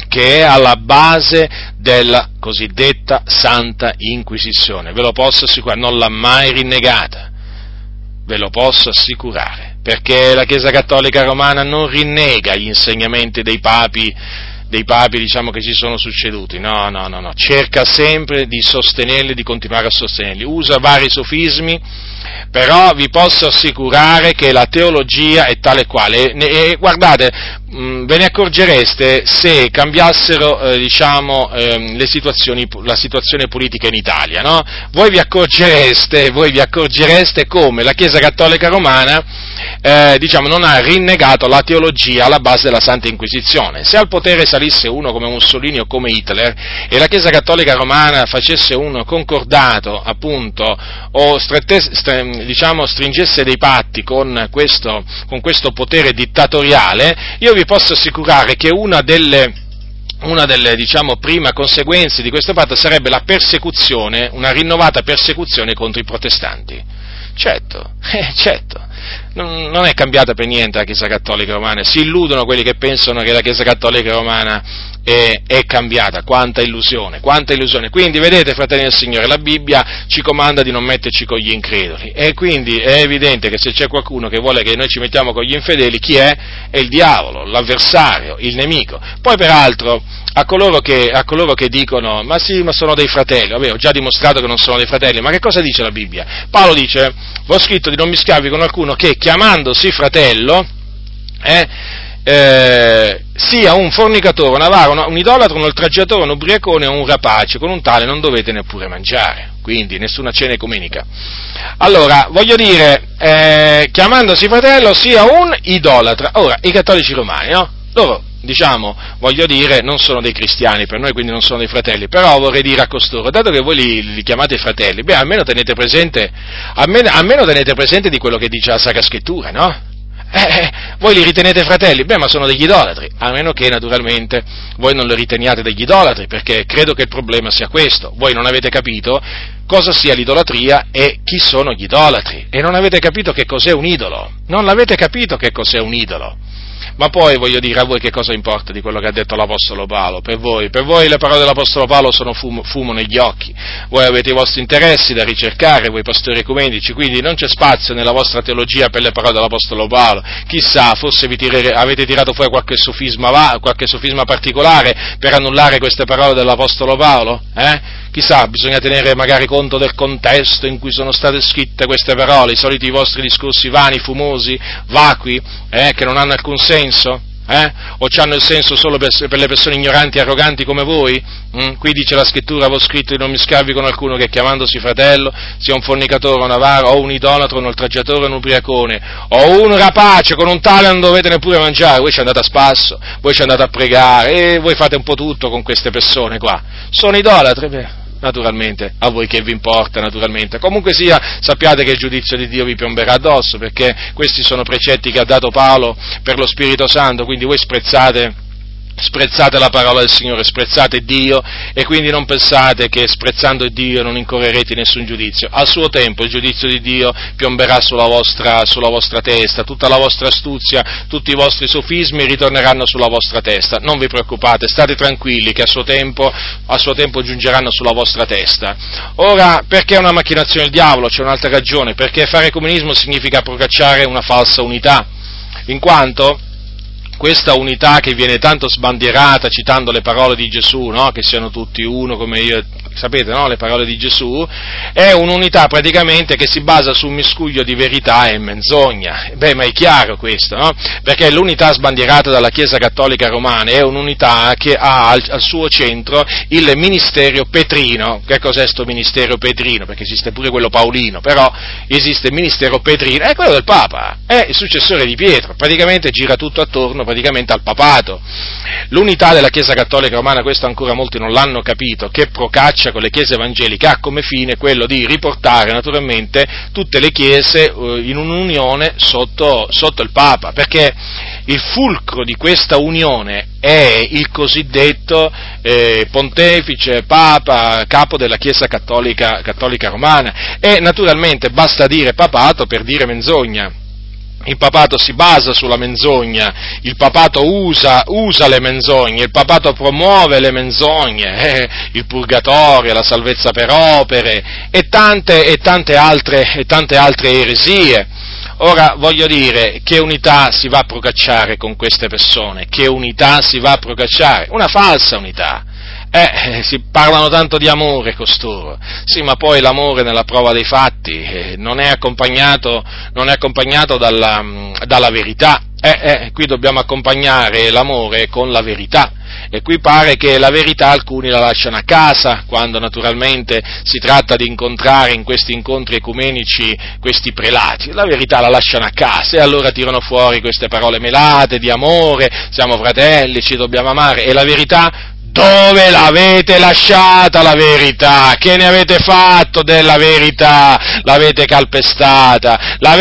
che è alla base della cosiddetta Santa Inquisizione. Ve lo posso assicurare, non l'ha mai rinnegata, ve lo posso assicurare, perché la Chiesa Cattolica Romana non rinnega gli insegnamenti dei papi, diciamo, che si sono succeduti, no, cerca sempre di sostenerli, di continuare a sostenerli, usa vari sofismi, però vi posso assicurare che la teologia è tale quale, e guardate, ve ne accorgereste se cambiassero, la situazione politica in Italia, no? Voi vi accorgereste come la Chiesa Cattolica Romana, non ha rinnegato la teologia alla base della Santa Inquisizione. Se al potere salisse uno come Mussolini o come Hitler e la Chiesa Cattolica Romana facesse un concordato, appunto, o stringesse dei patti con questo potere dittatoriale, io vi posso assicurare che una delle prima conseguenze di questo patto sarebbe la persecuzione, una rinnovata persecuzione contro i protestanti. Certo. Non è cambiata per niente la Chiesa Cattolica Romana, si illudono quelli che pensano che la Chiesa Cattolica Romana è cambiata, quanta illusione, quindi vedete, fratelli del Signore, la Bibbia ci comanda di non metterci con gli increduli, e quindi è evidente che se c'è qualcuno che vuole che noi ci mettiamo con gli infedeli, chi è? È il diavolo, l'avversario, il nemico. Poi peraltro, a coloro che dicono, ma sono dei fratelli, vabbè, ho già dimostrato che non sono dei fratelli, ma che cosa dice la Bibbia? Paolo dice, ho scritto di non mischiarvi con qualcuno che, chiamandosi fratello, sia un fornicatore, un avaro, un idolatro, un oltraggiatore, un ubriacone o un rapace, con un tale non dovete neppure mangiare, quindi nessuna cena ecumenica. Allora, voglio dire, chiamandosi fratello sia un idolatra. Ora, i cattolici romani, no? Loro, non sono dei cristiani per noi, quindi non sono dei fratelli, però vorrei dire a costoro, dato che voi li chiamate fratelli, almeno tenete presente di quello che dice la Sacra Scrittura, no? Voi li ritenete fratelli? Ma sono degli idolatri, a meno che naturalmente voi non li riteniate degli idolatri, perché credo che il problema sia questo, voi non avete capito cosa sia l'idolatria e chi sono gli idolatri, e non avete capito che cos'è un idolo, Ma poi voglio dire a voi che cosa importa di quello che ha detto l'Apostolo Paolo, per voi le parole dell'Apostolo Paolo sono fumo negli occhi, voi avete i vostri interessi da ricercare, voi pastori ecumenici, quindi non c'è spazio nella vostra teologia per le parole dell'Apostolo Paolo, chissà, forse avete tirato fuori qualche sofisma particolare per annullare queste parole dell'Apostolo Paolo, Chissà, bisogna tenere magari conto del contesto in cui sono state scritte queste parole, i soliti vostri discorsi vani, fumosi, vacui, che non hanno alcun senso, o hanno il senso solo per le persone ignoranti e arroganti come voi? Qui dice la Scrittura, avevo scritto di non mischiarvi con alcuno che chiamandosi fratello sia un fornicatore, un avaro, o un idolatro, un oltraggiatore, un ubriacone, o un rapace, con un tale non dovete neppure mangiare. Voi ci andate a spasso, voi ci andate a pregare, e voi fate un po' tutto con queste persone qua. Sono idolatri? Naturalmente, a voi che vi importa, naturalmente. Comunque sia, sappiate che il giudizio di Dio vi piomberà addosso, perché questi sono precetti che ha dato Paolo per lo Spirito Santo, quindi voi sprezzate la parola del Signore, sprezzate Dio, e quindi non pensate che sprezzando Dio non incorrerete in nessun giudizio. A suo tempo il giudizio di Dio piomberà sulla vostra testa, tutta la vostra astuzia, tutti i vostri sofismi ritorneranno sulla vostra testa. Non vi preoccupate, state tranquilli che a suo tempo giungeranno sulla vostra testa. Ora, perché è una macchinazione del diavolo? C'è un'altra ragione, perché fare ecumenismo significa procacciare una falsa unità, in quanto questa unità che viene tanto sbandierata citando le parole di Gesù, no? Che siano tutti uno come io, sapete, no? Le parole di Gesù, è un'unità praticamente che si basa su un miscuglio di verità e menzogna. Ma è chiaro questo, no? Perché l'unità sbandierata dalla Chiesa Cattolica Romana è un'unità che ha al suo centro il ministero petrino. Che cos'è sto ministero petrino? Perché esiste pure quello paolino, però esiste il ministero petrino, è quello del Papa, è il successore di Pietro, praticamente gira tutto attorno al papato. L'unità della Chiesa Cattolica Romana, questo ancora molti non l'hanno capito, che procaccia con le chiese evangeliche, ha come fine quello di riportare naturalmente tutte le chiese in un'unione sotto il Papa, perché il fulcro di questa unione è il cosiddetto pontefice, Papa, capo della Chiesa Cattolica Romana, e naturalmente basta dire papato per dire menzogna. Il papato si basa sulla menzogna, il papato usa le menzogne, il papato promuove le menzogne, il purgatorio, la salvezza per opere e tante altre eresie. Ora, voglio dire, che unità si va a procacciare con queste persone? Che unità si va a procacciare? Una falsa unità. Si parlano tanto di amore costoro, sì, ma poi l'amore nella prova dei fatti non è accompagnato dalla verità. Qui dobbiamo accompagnare l'amore con la verità. E qui pare che la verità alcuni la lasciano a casa, quando naturalmente si tratta di incontrare in questi incontri ecumenici questi prelati. La verità la lasciano a casa e allora tirano fuori queste parole melate di amore, siamo fratelli, ci dobbiamo amare, e la verità? Dove l'avete lasciata la verità? Che ne avete fatto della verità? L'avete calpestata,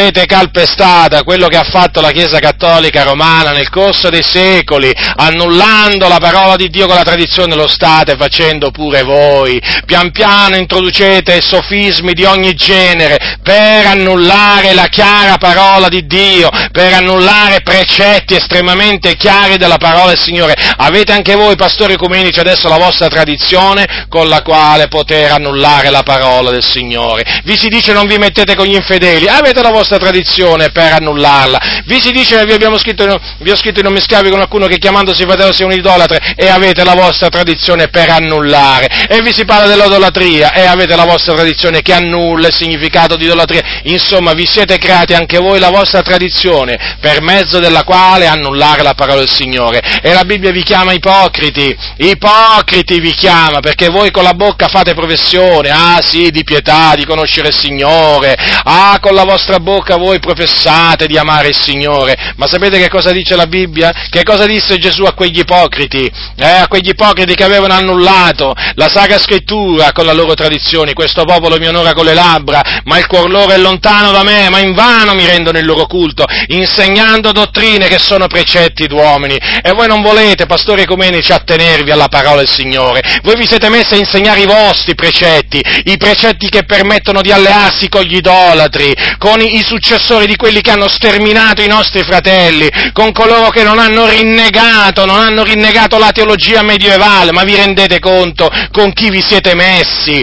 quello che ha fatto la Chiesa Cattolica Romana nel corso dei secoli, annullando la parola di Dio con la tradizione, lo state facendo pure voi. Pian piano introducete sofismi di ogni genere per annullare la chiara parola di Dio, per annullare precetti estremamente chiari della parola del Signore. Avete anche voi, pastori ecumenici, adesso la vostra tradizione con la quale poter annullare la parola del Signore. Vi si dice non vi mettete con gli infedeli, avete la vostra tradizione per annullarla. Vi si dice vi ho scritto in non mi schiavi con qualcuno che chiamandosi fratello sia un idolatre, e avete la vostra tradizione per annullare. E vi si parla dell'idolatria e avete la vostra tradizione che annulla il significato di idolatria. Insomma, vi siete creati anche voi la vostra tradizione per mezzo della quale annullare la parola del Signore. E la Bibbia vi chiama ipocriti vi chiama, perché voi con la bocca fate professione, sì, di pietà, di conoscere il Signore, con la vostra bocca voi professate di amare il Signore, ma sapete che cosa dice la Bibbia? Che cosa disse Gesù a quegli ipocriti? A quegli ipocriti che avevano annullato la Sacra Scrittura con la loro tradizione: questo popolo mi onora con le labbra, ma il cuor loro è lontano da me, ma invano mi rendono il loro culto, insegnando dottrine che sono precetti d'uomini. E voi non volete, pastori ecumenici, attenervi alla parola del Signore. Voi vi siete messi a insegnare i vostri precetti, i precetti che permettono di allearsi con gli idolatri, con i successori di quelli che hanno sterminato i nostri fratelli, con coloro che non hanno rinnegato la teologia medievale. Ma vi rendete conto con chi vi siete messi?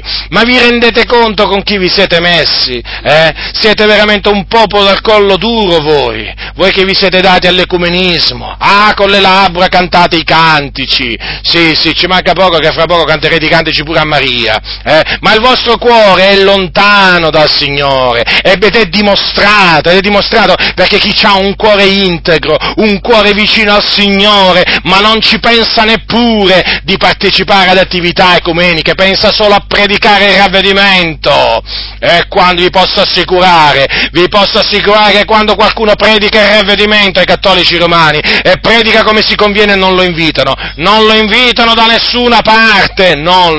Siete veramente un popolo dal collo duro voi che vi siete dati all'ecumenismo. Con le labbra cantate i cantici, sì, ci manca poco che fra poco canterete i cantici pure a Maria, ma il vostro cuore è lontano dal Signore, ed è dimostrato, perché chi ha un cuore integro, un cuore vicino al Signore, ma non ci pensa neppure di partecipare ad attività ecumeniche, pensa solo a predicare il ravvedimento. Quando vi posso assicurare che quando qualcuno predica il ravvedimento ai cattolici romani e predica come si conviene, non lo invitano da nessuna parte,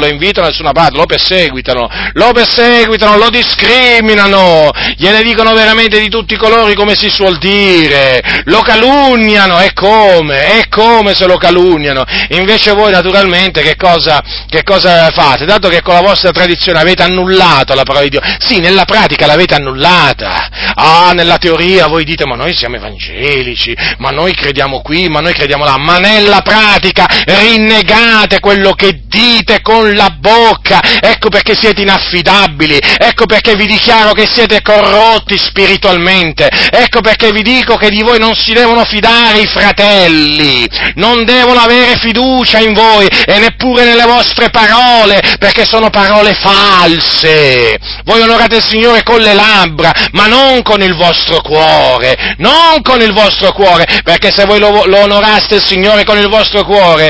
lo perseguitano, lo discriminano, gliene dicono veramente di tutti i colori, come si suol dire, lo calunniano, e come se lo calunniano. Invece voi naturalmente che cosa fate? Dato che con la vostra tradizione avete annullato la parola di Dio, sì, nella pratica l'avete annullata. Nella teoria voi dite, ma noi siamo evangelici, ma noi crediamo qui, ma noi crediamo là, ma nella pratica rinnegate quello che dite con la bocca. Ecco perché siete inaffidabili, ecco perché vi dichiaro che siete corrotti spiritualmente, ecco perché vi dico che di voi non si devono fidare i fratelli, non devono avere fiducia in voi e neppure nelle vostre parole, perché sono parole false. Voi onorate il Signore con le labbra, ma non con il vostro cuore, perché se voi lo onoraste il Signore con il vostro cuore,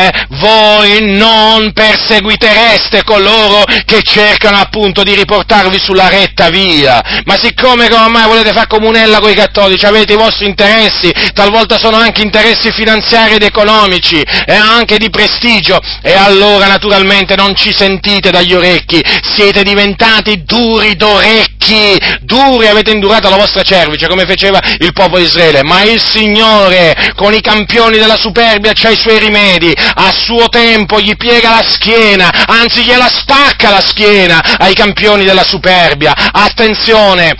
voi non perseguitereste coloro che cercano appunto di riportarvi sulla retta via. Ma siccome che ormai volete far comunella con i cattolici, avete i vostri interessi, talvolta sono anche interessi finanziari ed economici e anche di prestigio, e allora naturalmente non ci sentite dagli orecchi, siete diventati duri d'orecchie secchi, duri, avete indurato la vostra cervice, come faceva il popolo di Israele, ma il Signore, con i campioni della superbia, c'ha i suoi rimedi, a suo tempo gli piega la schiena, anzi gliela spacca la schiena ai campioni della superbia. Attenzione,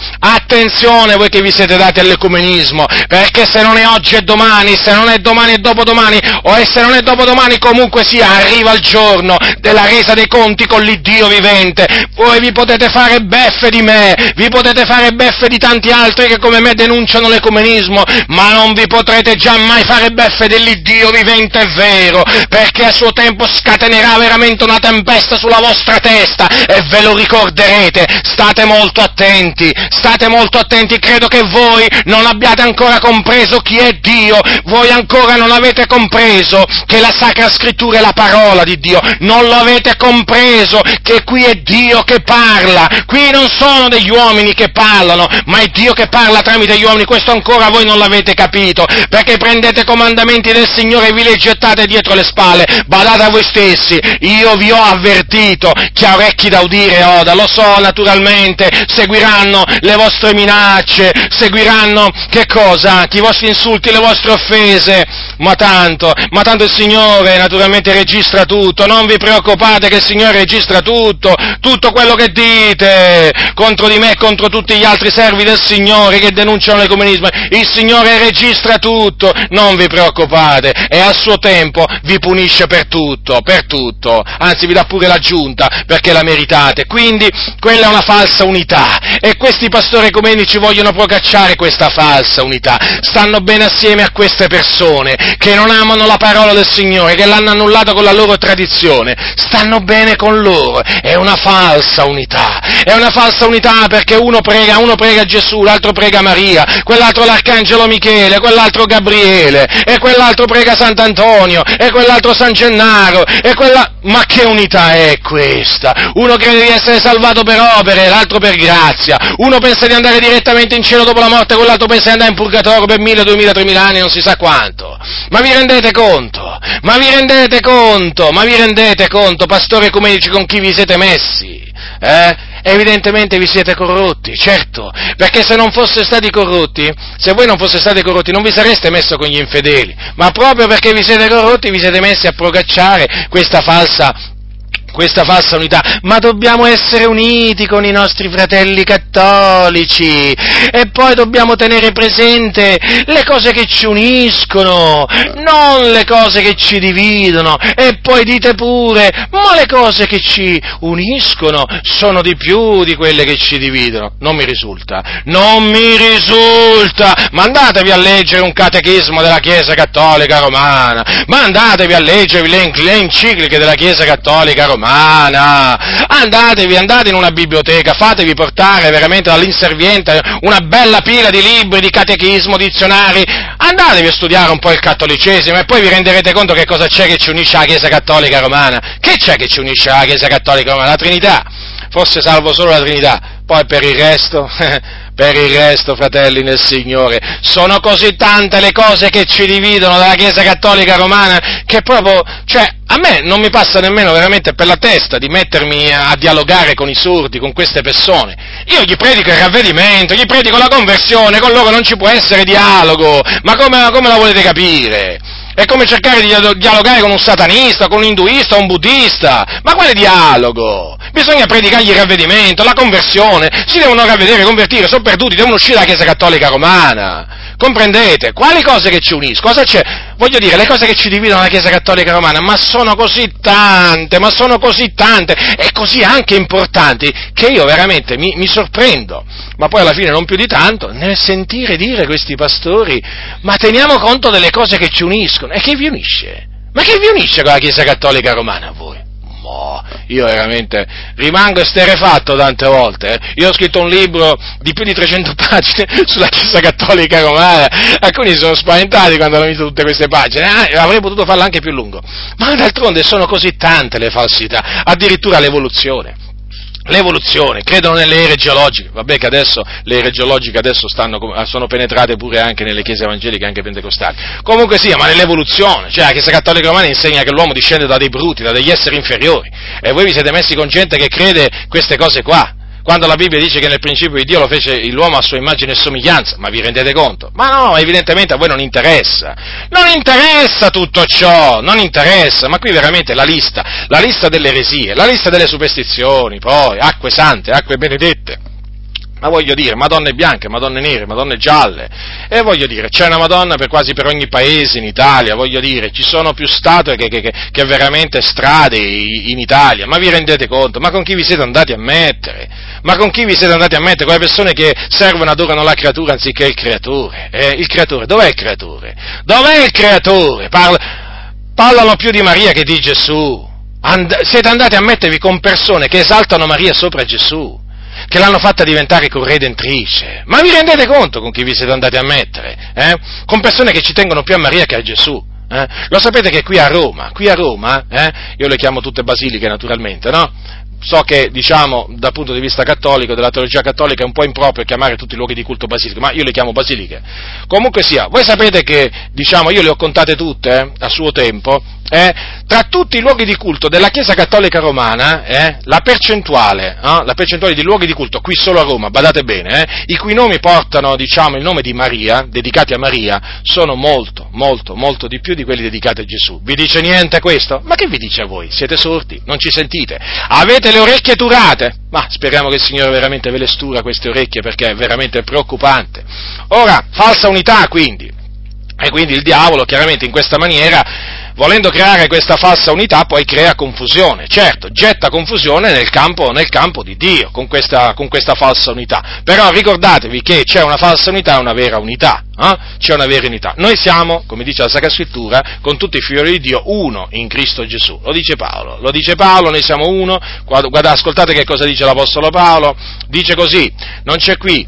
voi che vi siete dati all'ecumenismo, perché se non è oggi è domani, se non è domani è dopodomani, o se non è dopodomani comunque sia, arriva il giorno della resa dei conti con l'Iddio vivente. Voi vi potete fare beffe di me, vi potete fare beffe di tanti altri che come me denunciano l'ecumenismo, ma non vi potrete giammai fare beffe dell'Iddio vivente e vero, perché a suo tempo scatenerà veramente una tempesta sulla vostra testa, e ve lo ricorderete. State molto attenti, credo che voi non abbiate ancora compreso chi è Dio, voi ancora non avete compreso che la Sacra Scrittura è la parola di Dio, non lo avete compreso che qui è Dio che parla, qui non sono degli uomini che parlano, ma è Dio che parla tramite gli uomini. Questo ancora voi non l'avete capito, perché prendete comandamenti del Signore e vi li gettate dietro le spalle. Badate a voi stessi, io vi ho avvertito, chi ha orecchi da udire oda, lo so naturalmente, seguiranno le vostre minacce, seguiranno, che cosa? I vostri insulti, le vostre offese, ma tanto il Signore naturalmente registra tutto, non vi preoccupate che il Signore registra tutto quello che dite contro di me e contro tutti gli altri servi del Signore che denunciano l'ecumenismo, il Signore registra tutto, non vi preoccupate, e al suo tempo vi punisce per tutto, anzi vi dà pure l'aggiunta perché la meritate. Quindi quella è una falsa unità, e questi pastori ecumenici vogliono procacciare questa falsa unità, stanno bene assieme a queste persone che non amano la parola del Signore, che l'hanno annullata con la loro tradizione, stanno bene con loro. È una falsa unità perché uno prega Gesù, l'altro prega Maria, quell'altro l'Arcangelo Michele, quell'altro Gabriele, e quell'altro prega Sant'Antonio, e quell'altro San Gennaro, ma che unità è questa? Uno crede di essere salvato per opere, l'altro per grazia, uno pensa di andare direttamente in cielo dopo la morte, quell'altro pensa di andare in purgatorio per 1000, 2000, 3000 anni, non si sa quanto. Ma vi rendete conto, pastori ecumenici, con chi vi siete messi? Evidentemente vi siete corrotti, certo, perché se voi non foste stati corrotti non vi sareste messo con gli infedeli, ma proprio perché vi siete corrotti vi siete messi a procacciare questa falsa unità. Ma dobbiamo essere uniti con i nostri fratelli cattolici, e poi dobbiamo tenere presente le cose che ci uniscono, non le cose che ci dividono. E poi dite pure, ma le cose che ci uniscono sono di più di quelle che ci dividono. Non mi risulta, ma andatevi a leggere un catechismo della Chiesa Cattolica Romana, ma andatevi a leggervi le encicliche della Chiesa Cattolica Romana, andate in una biblioteca, fatevi portare veramente dall'inserviente una bella pila di libri, di catechismo, dizionari, andatevi a studiare un po' il cattolicesimo e poi vi renderete conto che cosa c'è che ci unisce alla Chiesa Cattolica Romana. Che c'è che ci unisce alla Chiesa Cattolica Romana? La Trinità, forse salvo solo la Trinità, poi per il resto, fratelli nel Signore, sono così tante le cose che ci dividono dalla Chiesa Cattolica Romana che proprio, a me non mi passa nemmeno veramente per la testa di mettermi a dialogare con i sordi, con queste persone. Io gli predico il ravvedimento, gli predico la conversione, con loro non ci può essere dialogo, ma come la volete capire? È come cercare di dialogare con un satanista, con un induista, un buddista. Ma quale dialogo? Bisogna predicargli il ravvedimento, la conversione. Si devono ravvedere, convertire, sono perduti, devono uscire dalla Chiesa Cattolica Romana. Comprendete? Quali cose che ci uniscono? Cosa c'è? Voglio dire, le cose che ci dividono dalla Chiesa Cattolica Romana, ma sono così tante, e così anche importanti, che io veramente mi sorprendo. Ma poi alla fine non più di tanto, nel sentire dire questi pastori, ma teniamo conto delle cose che ci uniscono. E che vi unisce? Ma che vi unisce con la Chiesa Cattolica Romana a voi? Io veramente rimango esterrefatto tante volte. Io ho scritto un libro di più di 300 pagine sulla Chiesa Cattolica Romana, alcuni si sono spaventati quando hanno visto tutte queste pagine, avrei potuto farlo anche più lungo, ma d'altronde sono così tante le falsità, addirittura l'evoluzione, credono nelle ere geologiche, vabbè che adesso le ere geologiche sono penetrate pure anche nelle chiese evangeliche, anche pentecostali, comunque sia, ma nell'evoluzione, la Chiesa Cattolica Romana insegna che l'uomo discende da dei bruti, da degli esseri inferiori, e voi vi siete messi con gente che crede queste cose qua, quando la Bibbia dice che nel principio di Dio lo fece l'uomo a sua immagine e somiglianza, ma vi rendete conto? Ma no, evidentemente a voi non interessa tutto ciò, non interessa, ma qui veramente la lista delle eresie, la lista delle superstizioni, poi, acque sante, acque benedette. Ma voglio dire, madonne bianche, madonne nere, madonne gialle, e voglio dire, c'è una Madonna quasi per ogni paese in Italia, voglio dire, ci sono più statue che veramente strade in Italia, ma vi rendete conto? Ma con chi vi siete andati a mettere? Ma con chi vi siete andati a mettere? Con le persone che servono e adorano la creatura anziché il creatore? Il creatore, dov'è il creatore? Dov'è il creatore? Parlano più di Maria che di Gesù. Siete andati a mettervi con persone che esaltano Maria sopra Gesù, che l'hanno fatta diventare corredentrice. Ma vi rendete conto con chi vi siete andati a mettere? Con persone che ci tengono più a Maria che a Gesù. Lo sapete che qui a Roma, io le chiamo tutte basiliche naturalmente, no? So che, diciamo, dal punto di vista cattolico, della teologia cattolica, è un po' improprio chiamare tutti i luoghi di culto basiliche, ma io le chiamo basiliche. Comunque sia, voi sapete che, diciamo, io le ho contate tutte, a suo tempo, tra tutti i luoghi di culto della Chiesa Cattolica Romana, la percentuale di luoghi di culto, qui solo a Roma, badate bene, i cui nomi portano, diciamo, il nome di Maria, dedicati a Maria, sono molto, molto, molto di più di quelli dedicati a Gesù. Vi dice niente questo? Ma che vi dice a voi? Siete sordi? Non ci sentite? Avete le orecchie turate? Ma speriamo che il Signore veramente ve le stura queste orecchie, perché è veramente preoccupante. Ora, falsa unità quindi, e quindi il diavolo chiaramente in questa maniera, volendo creare questa falsa unità, poi crea confusione, certo, getta confusione nel campo di Dio, con questa falsa unità, però ricordatevi che c'è una falsa unità e una vera unità, c'è una vera unità. Noi siamo, come dice la Sacra Scrittura, con tutti i figlioli di Dio, uno in Cristo Gesù, lo dice Paolo, noi siamo uno, guardate, ascoltate che cosa dice l'Apostolo Paolo, dice così, non c'è qui,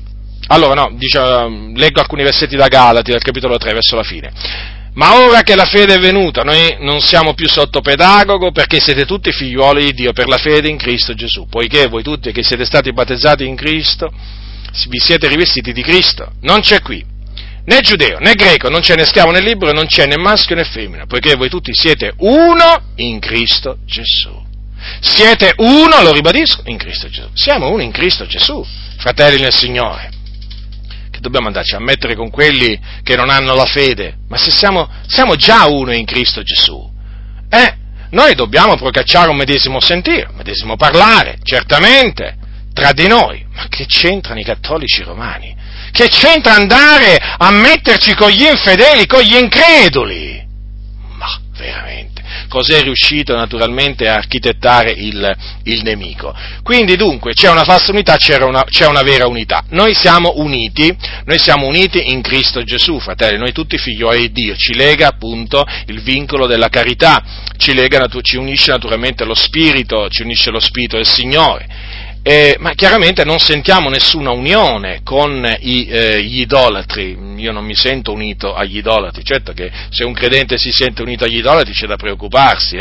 leggo alcuni versetti da Galati, dal capitolo 3, verso la fine. Ma ora che la fede è venuta, noi non siamo più sotto pedagogo, perché siete tutti figliuoli di Dio per la fede in Cristo Gesù, poiché voi tutti che siete stati battezzati in Cristo, vi siete rivestiti di Cristo. Non c'è qui né giudeo né greco, non c'è né schiavo né libero, non c'è né maschio né femmina, poiché voi tutti siete uno in Cristo Gesù. Siete uno, lo ribadisco, in Cristo Gesù. Siamo uno in Cristo Gesù, fratelli nel Signore. Dobbiamo andarci a mettere con quelli che non hanno la fede, ma se siamo già uno in Cristo Gesù, noi dobbiamo procacciare un medesimo sentire, un medesimo parlare, certamente, tra di noi, ma che c'entrano i cattolici romani? Che c'entra andare a metterci con gli infedeli, con gli increduli? Ma veramente, cos'è riuscito naturalmente a architettare il nemico? Quindi dunque c'è una falsa unità, c'è una vera unità. Noi siamo uniti in Cristo Gesù, fratelli, noi tutti figlioli di Dio, ci lega appunto il vincolo della carità, ci unisce naturalmente lo Spirito, ci unisce lo Spirito del Signore. Ma chiaramente non sentiamo nessuna unione con gli idolatri. Io non mi sento unito agli idolatri. Certo che se un credente si sente unito agli idolatri c'è da preoccuparsi,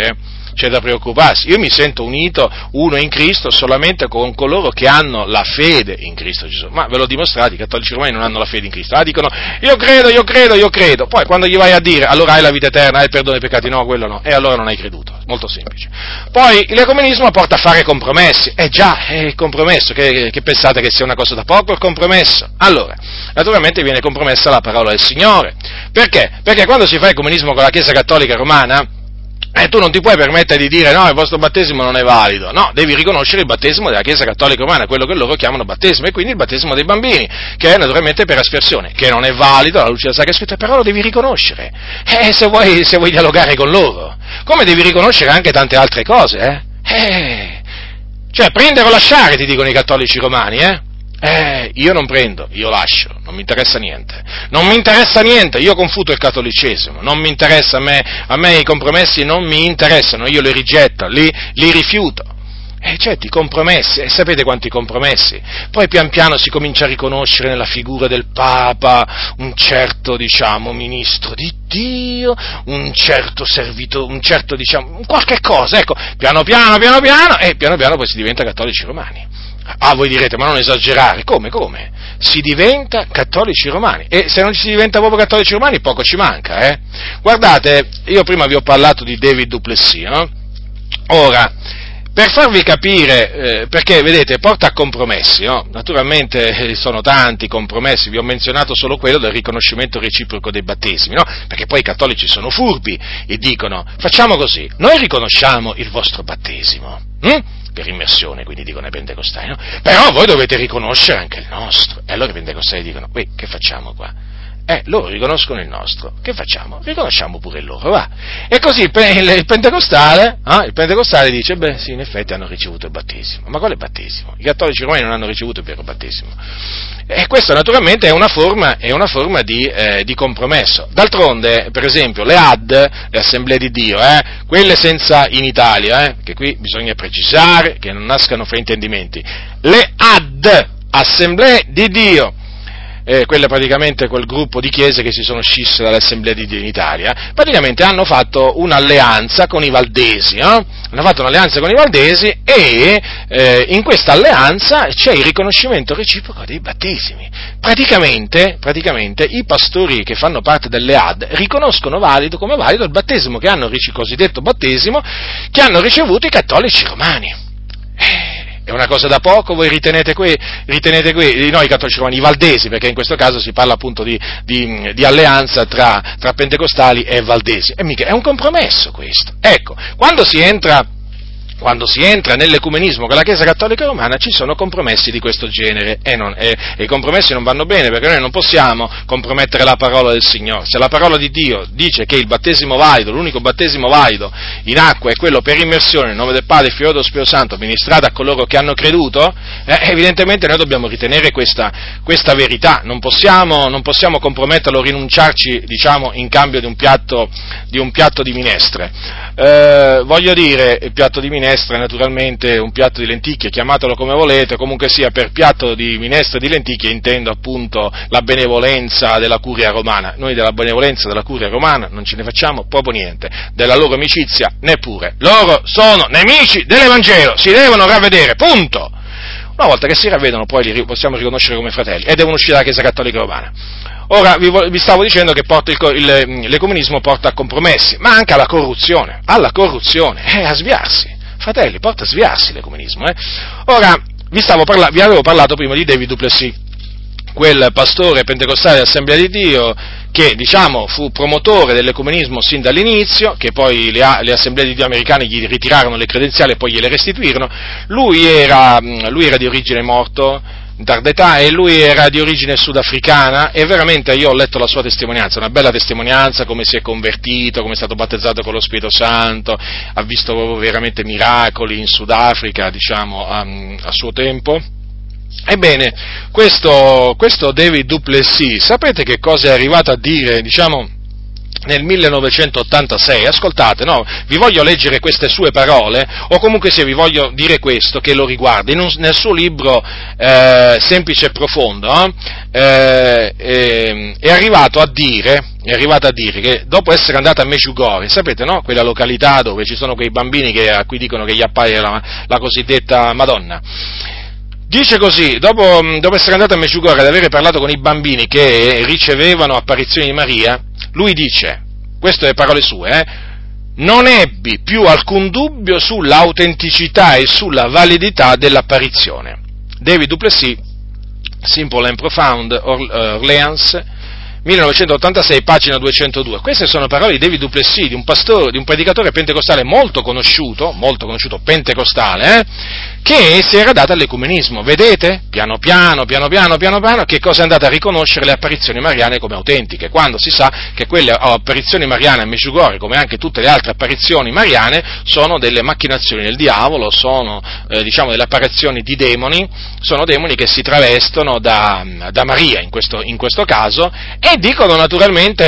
Io mi sento unito, uno in Cristo, solamente con coloro che hanno la fede in Cristo Gesù. Ma ve l'ho dimostrato, i cattolici romani non hanno la fede in Cristo. Dicono, io credo. Poi quando gli vai a dire, allora hai la vita eterna, hai il perdono dei peccati, no, quello no. E allora non hai creduto. Molto semplice. Poi l'ecumenismo porta a fare compromessi. Il compromesso, che pensate che sia una cosa da poco il compromesso? Allora, naturalmente viene compromessa la parola del Signore. Perché? Perché quando si fa ecumenismo con la Chiesa Cattolica Romana, tu non ti puoi permettere di dire no, il vostro battesimo non è valido, no, devi riconoscere il battesimo della Chiesa Cattolica Romana, quello che loro chiamano battesimo, e quindi il battesimo dei bambini, che è naturalmente per aspersione, che non è valido alla luce della Sacra Scrittura, però lo devi riconoscere, se vuoi dialogare con loro, come devi riconoscere anche tante altre cose, cioè prendere o lasciare, ti dicono i cattolici romani, io non prendo, io lascio, non mi interessa niente, io confuto il cattolicesimo, non mi interessa, a me i compromessi non mi interessano, io li rigetto, li rifiuto. Certo, i compromessi, sapete quanti compromessi? Poi pian piano si comincia a riconoscere nella figura del Papa un certo, ministro di Dio, un certo servitore, qualche cosa, piano piano, e piano piano poi si diventa cattolici romani. Ah, voi direte, ma non esagerare, come? Si diventa cattolici romani, e se non si diventa proprio cattolici romani poco ci manca, Guardate, io prima vi ho parlato di David Duplessis, no? Ora, Per farvi capire, perché vedete, porta a compromessi, no? Naturalmente sono tanti compromessi, vi ho menzionato solo quello del riconoscimento reciproco dei battesimi, no? Perché poi i cattolici sono furbi e dicono, facciamo così, noi riconosciamo il vostro battesimo, per immersione, quindi dicono ai pentecostali, no? Però voi dovete riconoscere anche il nostro. E allora i pentecostali dicono, che facciamo qua? Loro riconoscono il nostro, che facciamo? Riconosciamo pure il loro, va. E così il pentecostale dice, sì, in effetti hanno ricevuto il battesimo. Ma quale battesimo? I cattolici romani non hanno ricevuto il vero battesimo. E questo naturalmente è una forma di compromesso. D'altronde, per esempio, le AD, le Assemblee di Dio, quelle senza in Italia, che qui bisogna precisare, che non nascano fraintendimenti, le AD, Assemblee di Dio, quelle praticamente quel gruppo di chiese che si sono scisse dall'Assemblea di Dio in Italia, praticamente hanno fatto un'alleanza con i valdesi, hanno fatto un'alleanza con i valdesi e in questa alleanza c'è il riconoscimento reciproco dei battesimi. Praticamente i pastori che fanno parte delle AD riconoscono come valido il battesimo che hanno cosiddetto battesimo che hanno ricevuto i cattolici romani. È una cosa da poco, voi ritenete no, i cattolici romani, i valdesi, perché in questo caso si parla appunto di alleanza tra pentecostali e valdesi, è un compromesso questo. Ecco, quando si entra nell'ecumenismo con la Chiesa Cattolica Romana ci sono compromessi di questo genere e i compromessi non vanno bene, perché noi non possiamo compromettere la parola del Signore. Se la parola di Dio dice che il battesimo valido, l'unico battesimo valido in acqua è quello per immersione nel nome del Padre, Figlio e dello Spirito Santo, ministrato a coloro che hanno creduto, evidentemente noi dobbiamo ritenere questa verità, non possiamo comprometterlo o rinunciarci, diciamo, in cambio di un piatto di minestre. Voglio dire, il piatto di minestre è naturalmente un piatto di lenticchie, chiamatelo come volete, comunque sia, per piatto di minestre e di lenticchie intendo appunto la benevolenza della curia romana. Noi della benevolenza della curia romana non ce ne facciamo proprio niente, della loro amicizia neppure. Loro sono nemici dell'Evangelo, si devono ravvedere, punto. Una volta che si ravvedono poi li possiamo riconoscere come fratelli e devono uscire dalla Chiesa Cattolica Romana. Ora, vi stavo dicendo che l'ecumenismo porta a compromessi, ma anche alla corruzione, a sviarsi. Fratelli, porta a sviarsi l'ecumenismo. Ora, vi avevo parlato prima di David Duplessis, quel pastore pentecostale dell'Assemblea di Dio che, diciamo, fu promotore dell'ecumenismo sin dall'inizio, che poi le Assemblee di Dio americane gli ritirarono le credenziali e poi gliele restituirono. Lui era di origine morto in tarda età e lui era di origine sudafricana e veramente io ho letto la sua testimonianza, una bella testimonianza, come si è convertito, come è stato battezzato con lo Spirito Santo, ha visto proprio veramente miracoli in Sudafrica, diciamo, a suo tempo. Ebbene, questo David Duplessis, sapete che cosa è arrivato a dire, diciamo, nel 1986, ascoltate, no, vi voglio leggere queste sue parole, o comunque sia vi voglio dire questo che lo riguarda, nel suo libro Semplice e Profondo, è arrivato a dire che dopo essere andato a Medjugorje, sapete, no, quella località dove ci sono quei bambini a cui dicono che gli appaia la cosiddetta Madonna. Dice così, dopo essere andato a Medjugorje ad avere parlato con i bambini che ricevevano apparizioni di Maria, lui dice, queste le parole sue, non ebbi più alcun dubbio sull'autenticità e sulla validità dell'apparizione. David Duplessis, Simple and Profound, Orleans, 1986, pagina 202. Queste sono parole di David Duplessis, di un pastore, di un predicatore pentecostale molto conosciuto pentecostale, che si era dato all'ecumenismo. Vedete? Piano piano, che cosa è andato a riconoscere le apparizioni mariane come autentiche, quando si sa che quelle apparizioni mariane a Medjugorje, come anche tutte le altre apparizioni mariane, sono delle macchinazioni del diavolo, sono, delle apparizioni di demoni, sono demoni che si travestono da Maria, in questo caso, e dicono naturalmente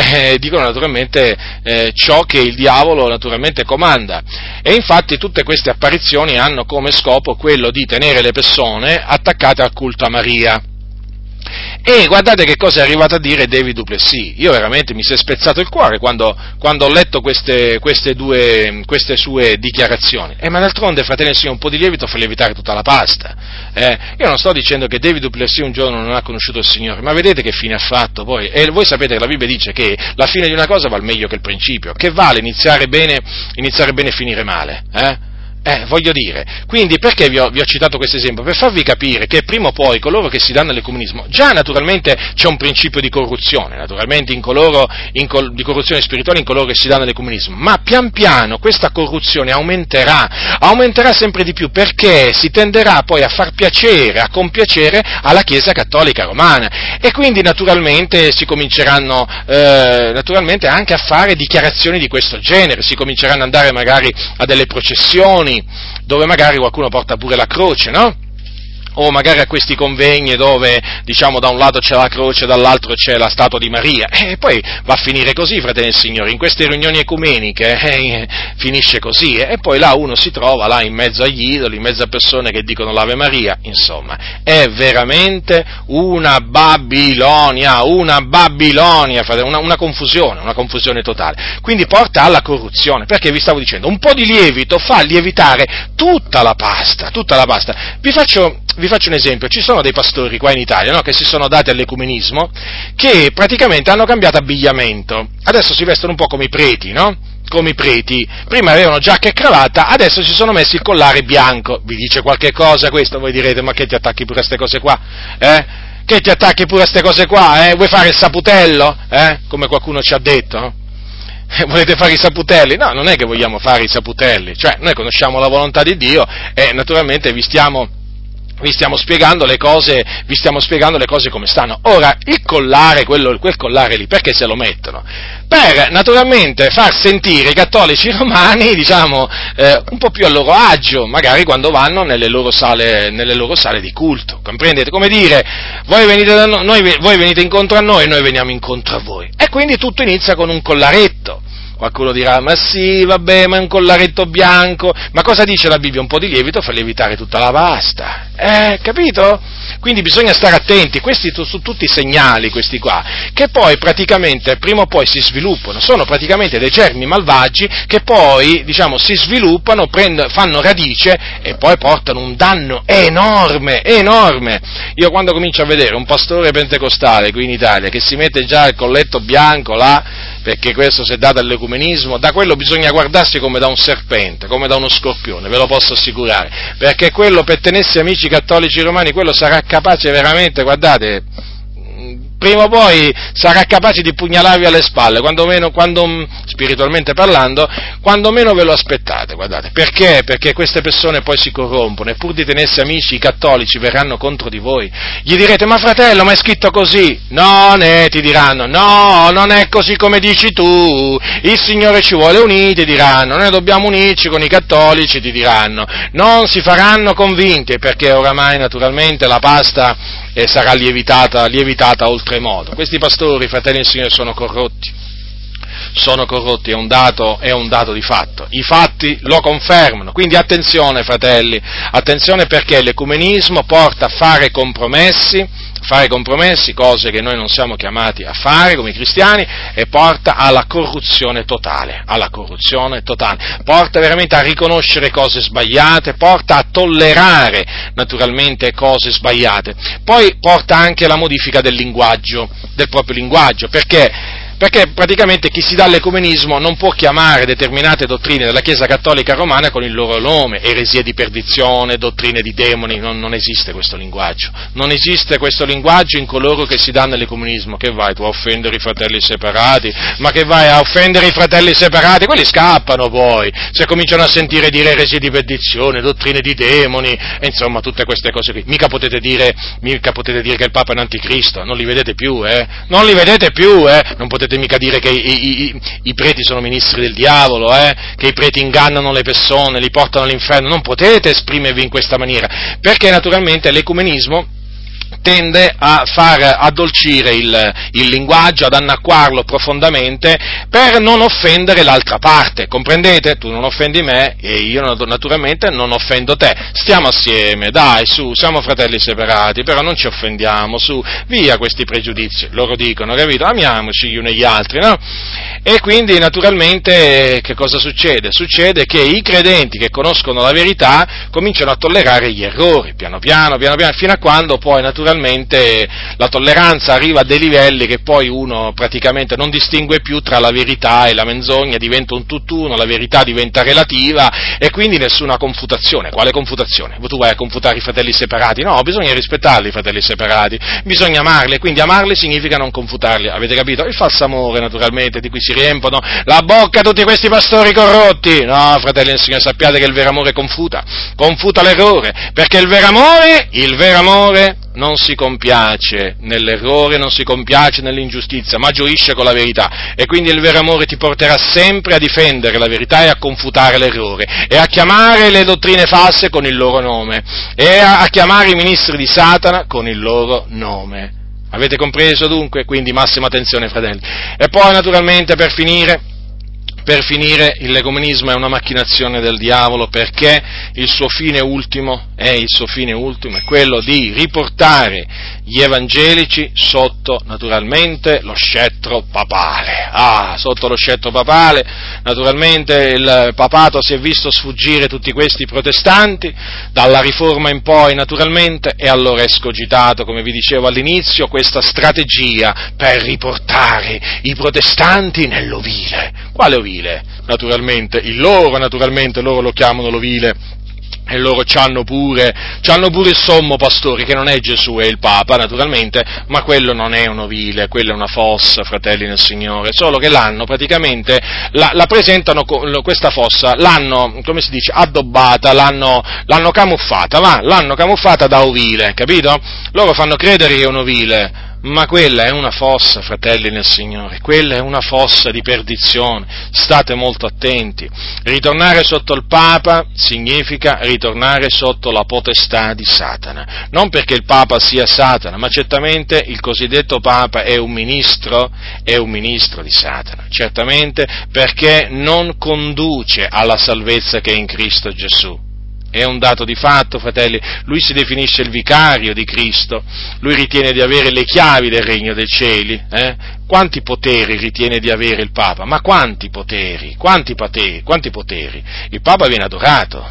ciò che il diavolo naturalmente comanda. E infatti tutte queste apparizioni hanno come scopo quello di tenere le persone attaccate al culto a Maria. E guardate che cosa è arrivato a dire David Duplessis. Io veramente mi si è spezzato il cuore quando ho letto queste sue dichiarazioni. Ma d'altronde, fratelli del Signore, un po' di lievito fa lievitare tutta la pasta. Io non sto dicendo che David Duplessis un giorno non ha conosciuto il Signore, ma vedete che fine ha fatto poi. E voi sapete che la Bibbia dice che la fine di una cosa vale meglio che il principio, che vale iniziare bene e finire male. Voglio dire, quindi perché vi ho citato questo esempio? Per farvi capire che prima o poi coloro che si danno all'ecumenismo, già naturalmente c'è un principio di corruzione, naturalmente di corruzione spirituale in coloro che si danno all'ecumenismo, ma pian piano questa corruzione aumenterà sempre di più, perché si tenderà poi a far piacere, a compiacere alla Chiesa Cattolica Romana, e quindi naturalmente si cominceranno naturalmente anche a fare dichiarazioni di questo genere, si cominceranno ad andare magari a delle processioni, dove magari qualcuno porta pure la croce, no? O magari a questi convegni dove, diciamo, da un lato c'è la croce, dall'altro c'è la statua di Maria, e poi va a finire così, fratelli e signori, in queste riunioni ecumeniche, finisce così, e poi là uno si trova là in mezzo agli idoli, in mezzo a persone che dicono l'Ave Maria, insomma, è veramente una Babilonia, fratelli, una confusione totale, quindi porta alla corruzione, perché vi stavo dicendo, un po' di lievito fa lievitare tutta la pasta. Vi faccio un esempio, ci sono dei pastori qua in Italia, no, che si sono dati all'ecumenismo, che praticamente hanno cambiato abbigliamento, adesso si vestono un po' come i preti, no? Come i preti, prima avevano giacca e cravatta, adesso si sono messi il collare bianco. Vi dice qualche cosa questo? Voi direte, ma che ti attacchi pure a queste cose qua? Che ti attacchi pure a queste cose qua? Vuoi fare il saputello? Come qualcuno ci ha detto, no? Volete fare i saputelli? No, non è che vogliamo fare i saputelli, cioè noi conosciamo la volontà di Dio e naturalmente vi stiamo spiegando le cose come stanno. Ora, il collare, quel collare lì, perché se lo mettono? Per, naturalmente, far sentire i cattolici romani, diciamo, un po' più a loro agio, magari quando vanno nelle loro sale di culto, comprendete? Come dire, voi venite incontro a noi e noi veniamo incontro a voi. E quindi tutto inizia con un collaretto. Qualcuno dirà, ma sì, vabbè, ma è un collaretto bianco, ma cosa dice la Bibbia? Un po' di lievito fa lievitare tutta la pasta, capito? Quindi bisogna stare attenti, questi sono tutti segnali, questi qua, che poi praticamente, prima o poi si sviluppano, sono praticamente dei germi malvagi che poi, diciamo, si sviluppano, fanno radice e poi portano un danno enorme. Io quando comincio a vedere un pastore pentecostale qui in Italia che si mette già il colletto bianco là, perché questo si è dato all'ecumenismo, da quello bisogna guardarsi come da un serpente, come da uno scorpione, ve lo posso assicurare, perché quello, per tenersi amici cattolici romani, quello sarà capace veramente, guardate, prima o poi sarà capace di pugnalarvi alle spalle, spiritualmente parlando, quando meno ve lo aspettate, guardate. Perché? Perché queste persone poi si corrompono, e pur di tenersi amici, i cattolici verranno contro di voi. Gli direte, ma fratello, ma è scritto così? Ti diranno, no, non è così come dici tu, il Signore ci vuole uniti, diranno, noi dobbiamo unirci con i cattolici, ti diranno, non si faranno convinti, perché oramai naturalmente la pasta sarà lievitata oltremodo. Questi pastori, fratelli del Signore, sono corrotti, è un dato di fatto, i fatti lo confermano, quindi attenzione fratelli, attenzione, perché l'ecumenismo porta a fare compromessi, cose che noi non siamo chiamati a fare come cristiani, e porta alla corruzione totale, porta veramente a riconoscere cose sbagliate, porta a tollerare naturalmente cose sbagliate, poi porta anche alla modifica del proprio linguaggio, perché praticamente chi si dà all'ecumenismo non può chiamare determinate dottrine della Chiesa Cattolica Romana con il loro nome, eresie di perdizione, dottrine di demoni, non esiste questo linguaggio. Non esiste questo linguaggio in coloro che si danno all'ecumenismo. Che vai tu a offendere i fratelli separati? Ma che vai a offendere i fratelli separati? Quelli scappano poi, se cominciano a sentire dire eresie di perdizione, dottrine di demoni, e insomma tutte queste cose qui. Mica potete dire che il Papa è un anticristo, non li vedete più, non potete mica dire che i preti sono ministri del diavolo, che i preti ingannano le persone, li portano all'inferno, non potete esprimervi in questa maniera, perché naturalmente l'ecumenismo tende a far addolcire il linguaggio, ad annacquarlo profondamente per non offendere l'altra parte, comprendete? Tu non offendi me e io naturalmente non offendo te, stiamo assieme, dai, su, siamo fratelli separati, però non ci offendiamo, su, via questi pregiudizi, loro dicono, capito? Amiamoci gli uni e gli altri, no? E quindi naturalmente che cosa succede? Succede che i credenti che conoscono la verità cominciano a tollerare gli errori, piano piano, fino a quando poi naturalmente la tolleranza arriva a dei livelli che poi uno praticamente non distingue più tra la verità e la menzogna, diventa un tutt'uno, la verità diventa relativa e quindi nessuna confutazione. Quale confutazione? Tu vai a confutare i fratelli separati? No, bisogna rispettarli i fratelli separati, bisogna amarli, e quindi amarli significa non confutarli, avete capito? Il falso amore naturalmente, di cui si riempiono la bocca tutti questi pastori corrotti. No, fratelli del Signore, sappiate che il vero amore confuta l'errore, perché il vero amore non si compiace nell'errore, non si compiace nell'ingiustizia, ma gioisce con la verità, e quindi il vero amore ti porterà sempre a difendere la verità e a confutare l'errore, e a chiamare le dottrine false con il loro nome, e a chiamare i ministri di Satana con il loro nome. Avete compreso dunque? Quindi massima attenzione, fratelli. E poi naturalmente per finire, il lecumenismo è una macchinazione del diavolo, perché il suo fine ultimo è quello di riportare gli evangelici sotto naturalmente lo scettro papale. Sotto lo scettro papale, naturalmente il papato si è visto sfuggire tutti questi protestanti dalla Riforma in poi naturalmente, e allora è scogitato, come vi dicevo all'inizio, questa strategia per riportare i protestanti nell'ovile. Quale ovile? Naturalmente loro lo chiamano l'ovile, e loro c'hanno pure il sommo pastore, che non è Gesù, è il Papa, naturalmente, ma quello non è un ovile, quello è una fossa, fratelli nel Signore, solo che l'hanno praticamente, la presentano, questa fossa, l'hanno, come si dice, addobbata, l'hanno camuffata da ovile, capito? Loro fanno credere che è un ovile, ma quella è una fossa, fratelli nel Signore, quella è una fossa di perdizione, state molto attenti. Ritornare sotto il Papa significa ritornare sotto la potestà di Satana, non perché il Papa sia Satana, ma certamente il cosiddetto Papa è un ministro di Satana, certamente perché non conduce alla salvezza che è in Cristo Gesù. È un dato di fatto, fratelli, lui si definisce il vicario di Cristo, lui ritiene di avere le chiavi del regno dei cieli, Quanti poteri ritiene di avere il Papa? Ma quanti poteri? Il Papa viene adorato,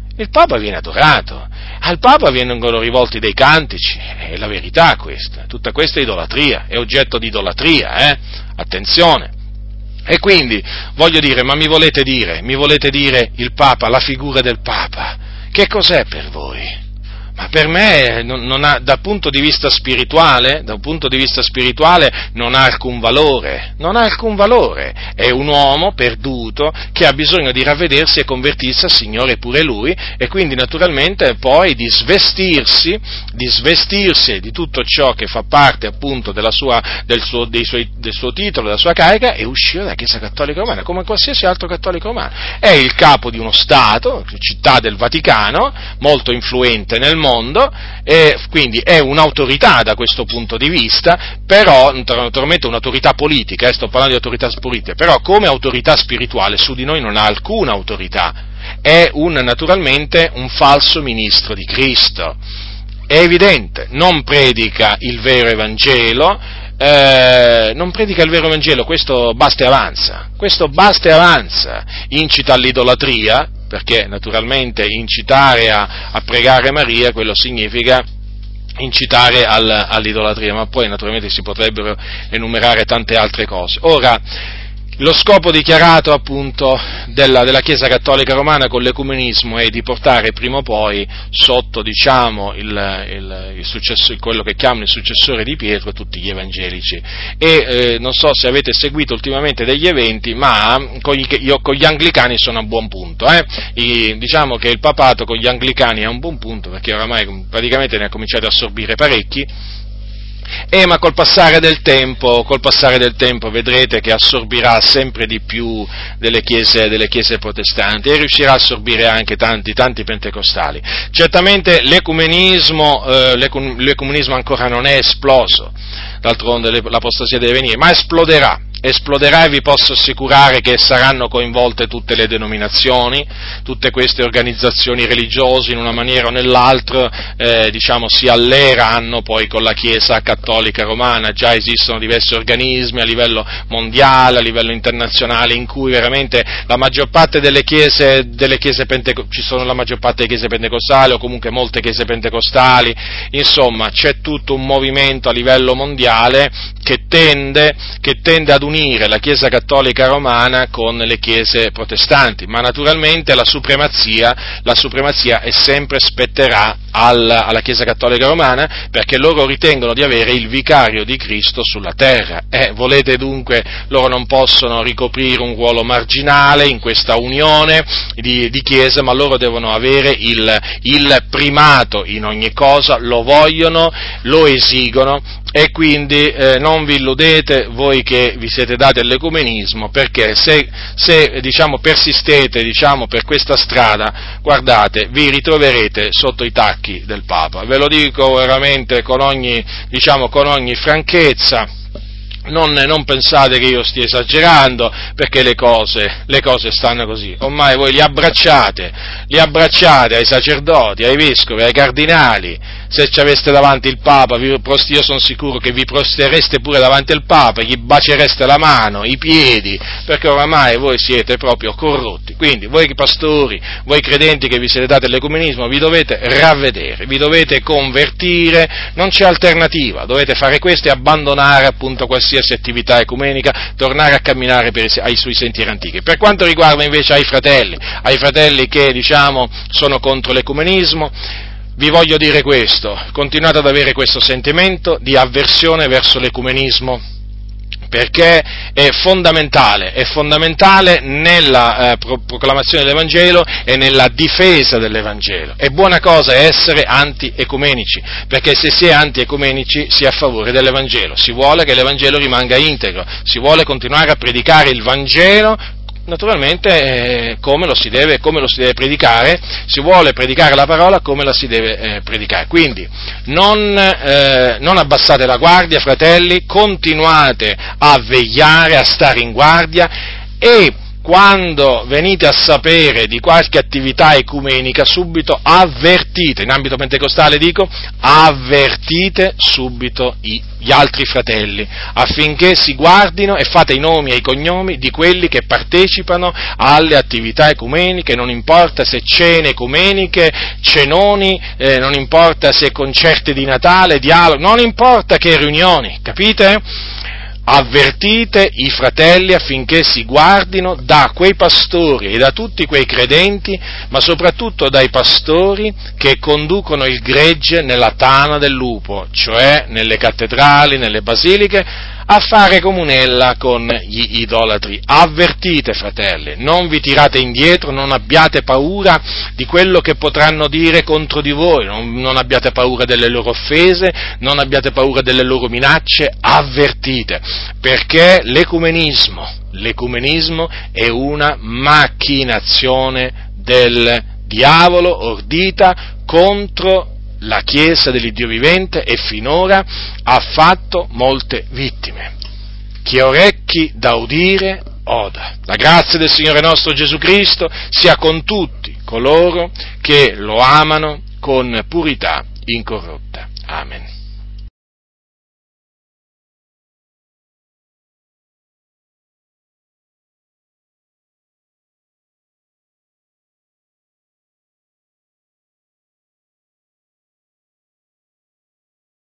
al Papa vengono rivolti dei cantici, è la verità questa, tutta questa è idolatria, è oggetto di idolatria, attenzione. E quindi, voglio dire, ma mi volete dire il Papa, la figura del Papa, che cos'è per voi? Ma per me non ha, dal punto di vista spirituale non ha alcun valore, è un uomo perduto che ha bisogno di ravvedersi e convertirsi al Signore pure lui, e quindi naturalmente poi di svestirsi di tutto ciò che fa parte appunto del suo titolo, della sua carica, e uscire dalla Chiesa Cattolica Romana, come qualsiasi altro cattolico romano. È il capo di uno Stato, città del Vaticano, molto influente nel mondo, e quindi è un'autorità da questo punto di vista, però naturalmente un'autorità politica, sto parlando di autorità politica, però come autorità spirituale su di noi non ha alcuna autorità, è naturalmente un falso ministro di Cristo, è evidente, non predica il vero Evangelo, questo basta e avanza, incita all'idolatria, perché naturalmente incitare a pregare Maria, quello significa incitare all'idolatria, ma poi naturalmente si potrebbero enumerare tante altre cose. Ora, lo scopo dichiarato appunto della Chiesa Cattolica Romana con l'ecumenismo è di portare prima o poi sotto, diciamo, quello che chiamano il successore di Pietro, tutti gli evangelici. E non so se avete seguito ultimamente degli eventi, ma con gli anglicani sono a buon punto. Diciamo che il papato con gli anglicani è a un buon punto, perché oramai praticamente ne ha cominciato a assorbire parecchi. Ma col passare del tempo vedrete che assorbirà sempre di più delle chiese protestanti, e riuscirà a assorbire anche tanti pentecostali. Certamente l'ecumenismo ancora non è esploso, d'altronde l'apostasia deve venire, ma esploderà esploderà e vi posso assicurare che saranno coinvolte tutte le denominazioni, tutte queste organizzazioni religiose in una maniera o nell'altra, si alleeranno poi con la Chiesa Cattolica Romana. Già esistono diversi organismi a livello mondiale, a livello internazionale, in cui veramente la maggior parte delle chiese ci sono la maggior parte delle chiese pentecostali, o comunque molte chiese pentecostali. Insomma, c'è tutto un movimento a livello mondiale che tende ad unire la Chiesa Cattolica Romana con le chiese protestanti, ma naturalmente la supremazia è sempre spetterà alla Chiesa Cattolica Romana, perché loro ritengono di avere il vicario di Cristo sulla terra. Volete dunque, loro non possono ricoprire un ruolo marginale in questa unione di chiese, ma loro devono avere il primato in ogni cosa, lo vogliono, lo esigono, e quindi non vi illudete voi che vi siete dati all'ecumenismo, perché se persistete per questa strada, guardate, vi ritroverete sotto i tacchi del Papa. Ve lo dico veramente con ogni franchezza. Non pensate che io stia esagerando, perché le cose stanno così. Ormai voi li abbracciate ai sacerdoti, ai vescovi, ai cardinali. Se ci aveste davanti il Papa, io sono sicuro che vi prostereste pure davanti al Papa, gli bacereste la mano, i piedi, perché oramai voi siete proprio corrotti. Quindi voi pastori, voi credenti che vi siete dati all'ecumenismo, vi dovete ravvedere, vi dovete convertire, non c'è alternativa, dovete fare questo e abbandonare appunto qualsiasi attività ecumenica, tornare a camminare ai suoi sentieri antichi. Per quanto riguarda invece ai fratelli che sono contro l'ecumenismo, vi voglio dire questo: continuate ad avere questo sentimento di avversione verso l'ecumenismo, perché è fondamentale nella proclamazione dell'Evangelo e nella difesa dell'Evangelo. È buona cosa essere anti-ecumenici, perché se si è anti-ecumenici si è a favore dell'Evangelo, si vuole che l'Evangelo rimanga integro, si vuole continuare a predicare il Vangelo, naturalmente come lo si deve predicare, si vuole predicare la parola come la si deve predicare. Quindi non abbassate la guardia, fratelli, continuate a vegliare, a stare in guardia, e quando venite a sapere di qualche attività ecumenica, subito avvertite, in ambito pentecostale avvertite subito gli altri fratelli, affinché si guardino, e fate i nomi e i cognomi di quelli che partecipano alle attività ecumeniche, non importa se cene ecumeniche, cenoni, non importa se concerti di Natale, dialoghi, non importa che riunioni, capite? Avvertite i fratelli affinché si guardino da quei pastori e da tutti quei credenti, ma soprattutto dai pastori che conducono il gregge nella tana del lupo, cioè nelle cattedrali, nelle basiliche, a fare comunella con gli idolatri. Avvertite, fratelli, non vi tirate indietro, non abbiate paura di quello che potranno dire contro di voi, non abbiate paura delle loro offese, non abbiate paura delle loro minacce, avvertite, perché l'ecumenismo è una macchinazione del diavolo ordita contro la Chiesa dell'Iddio vivente, e finora ha fatto molte vittime. Chi ha orecchi da udire oda. La grazia del Signore nostro Gesù Cristo sia con tutti coloro che lo amano con purità incorrotta. Amen.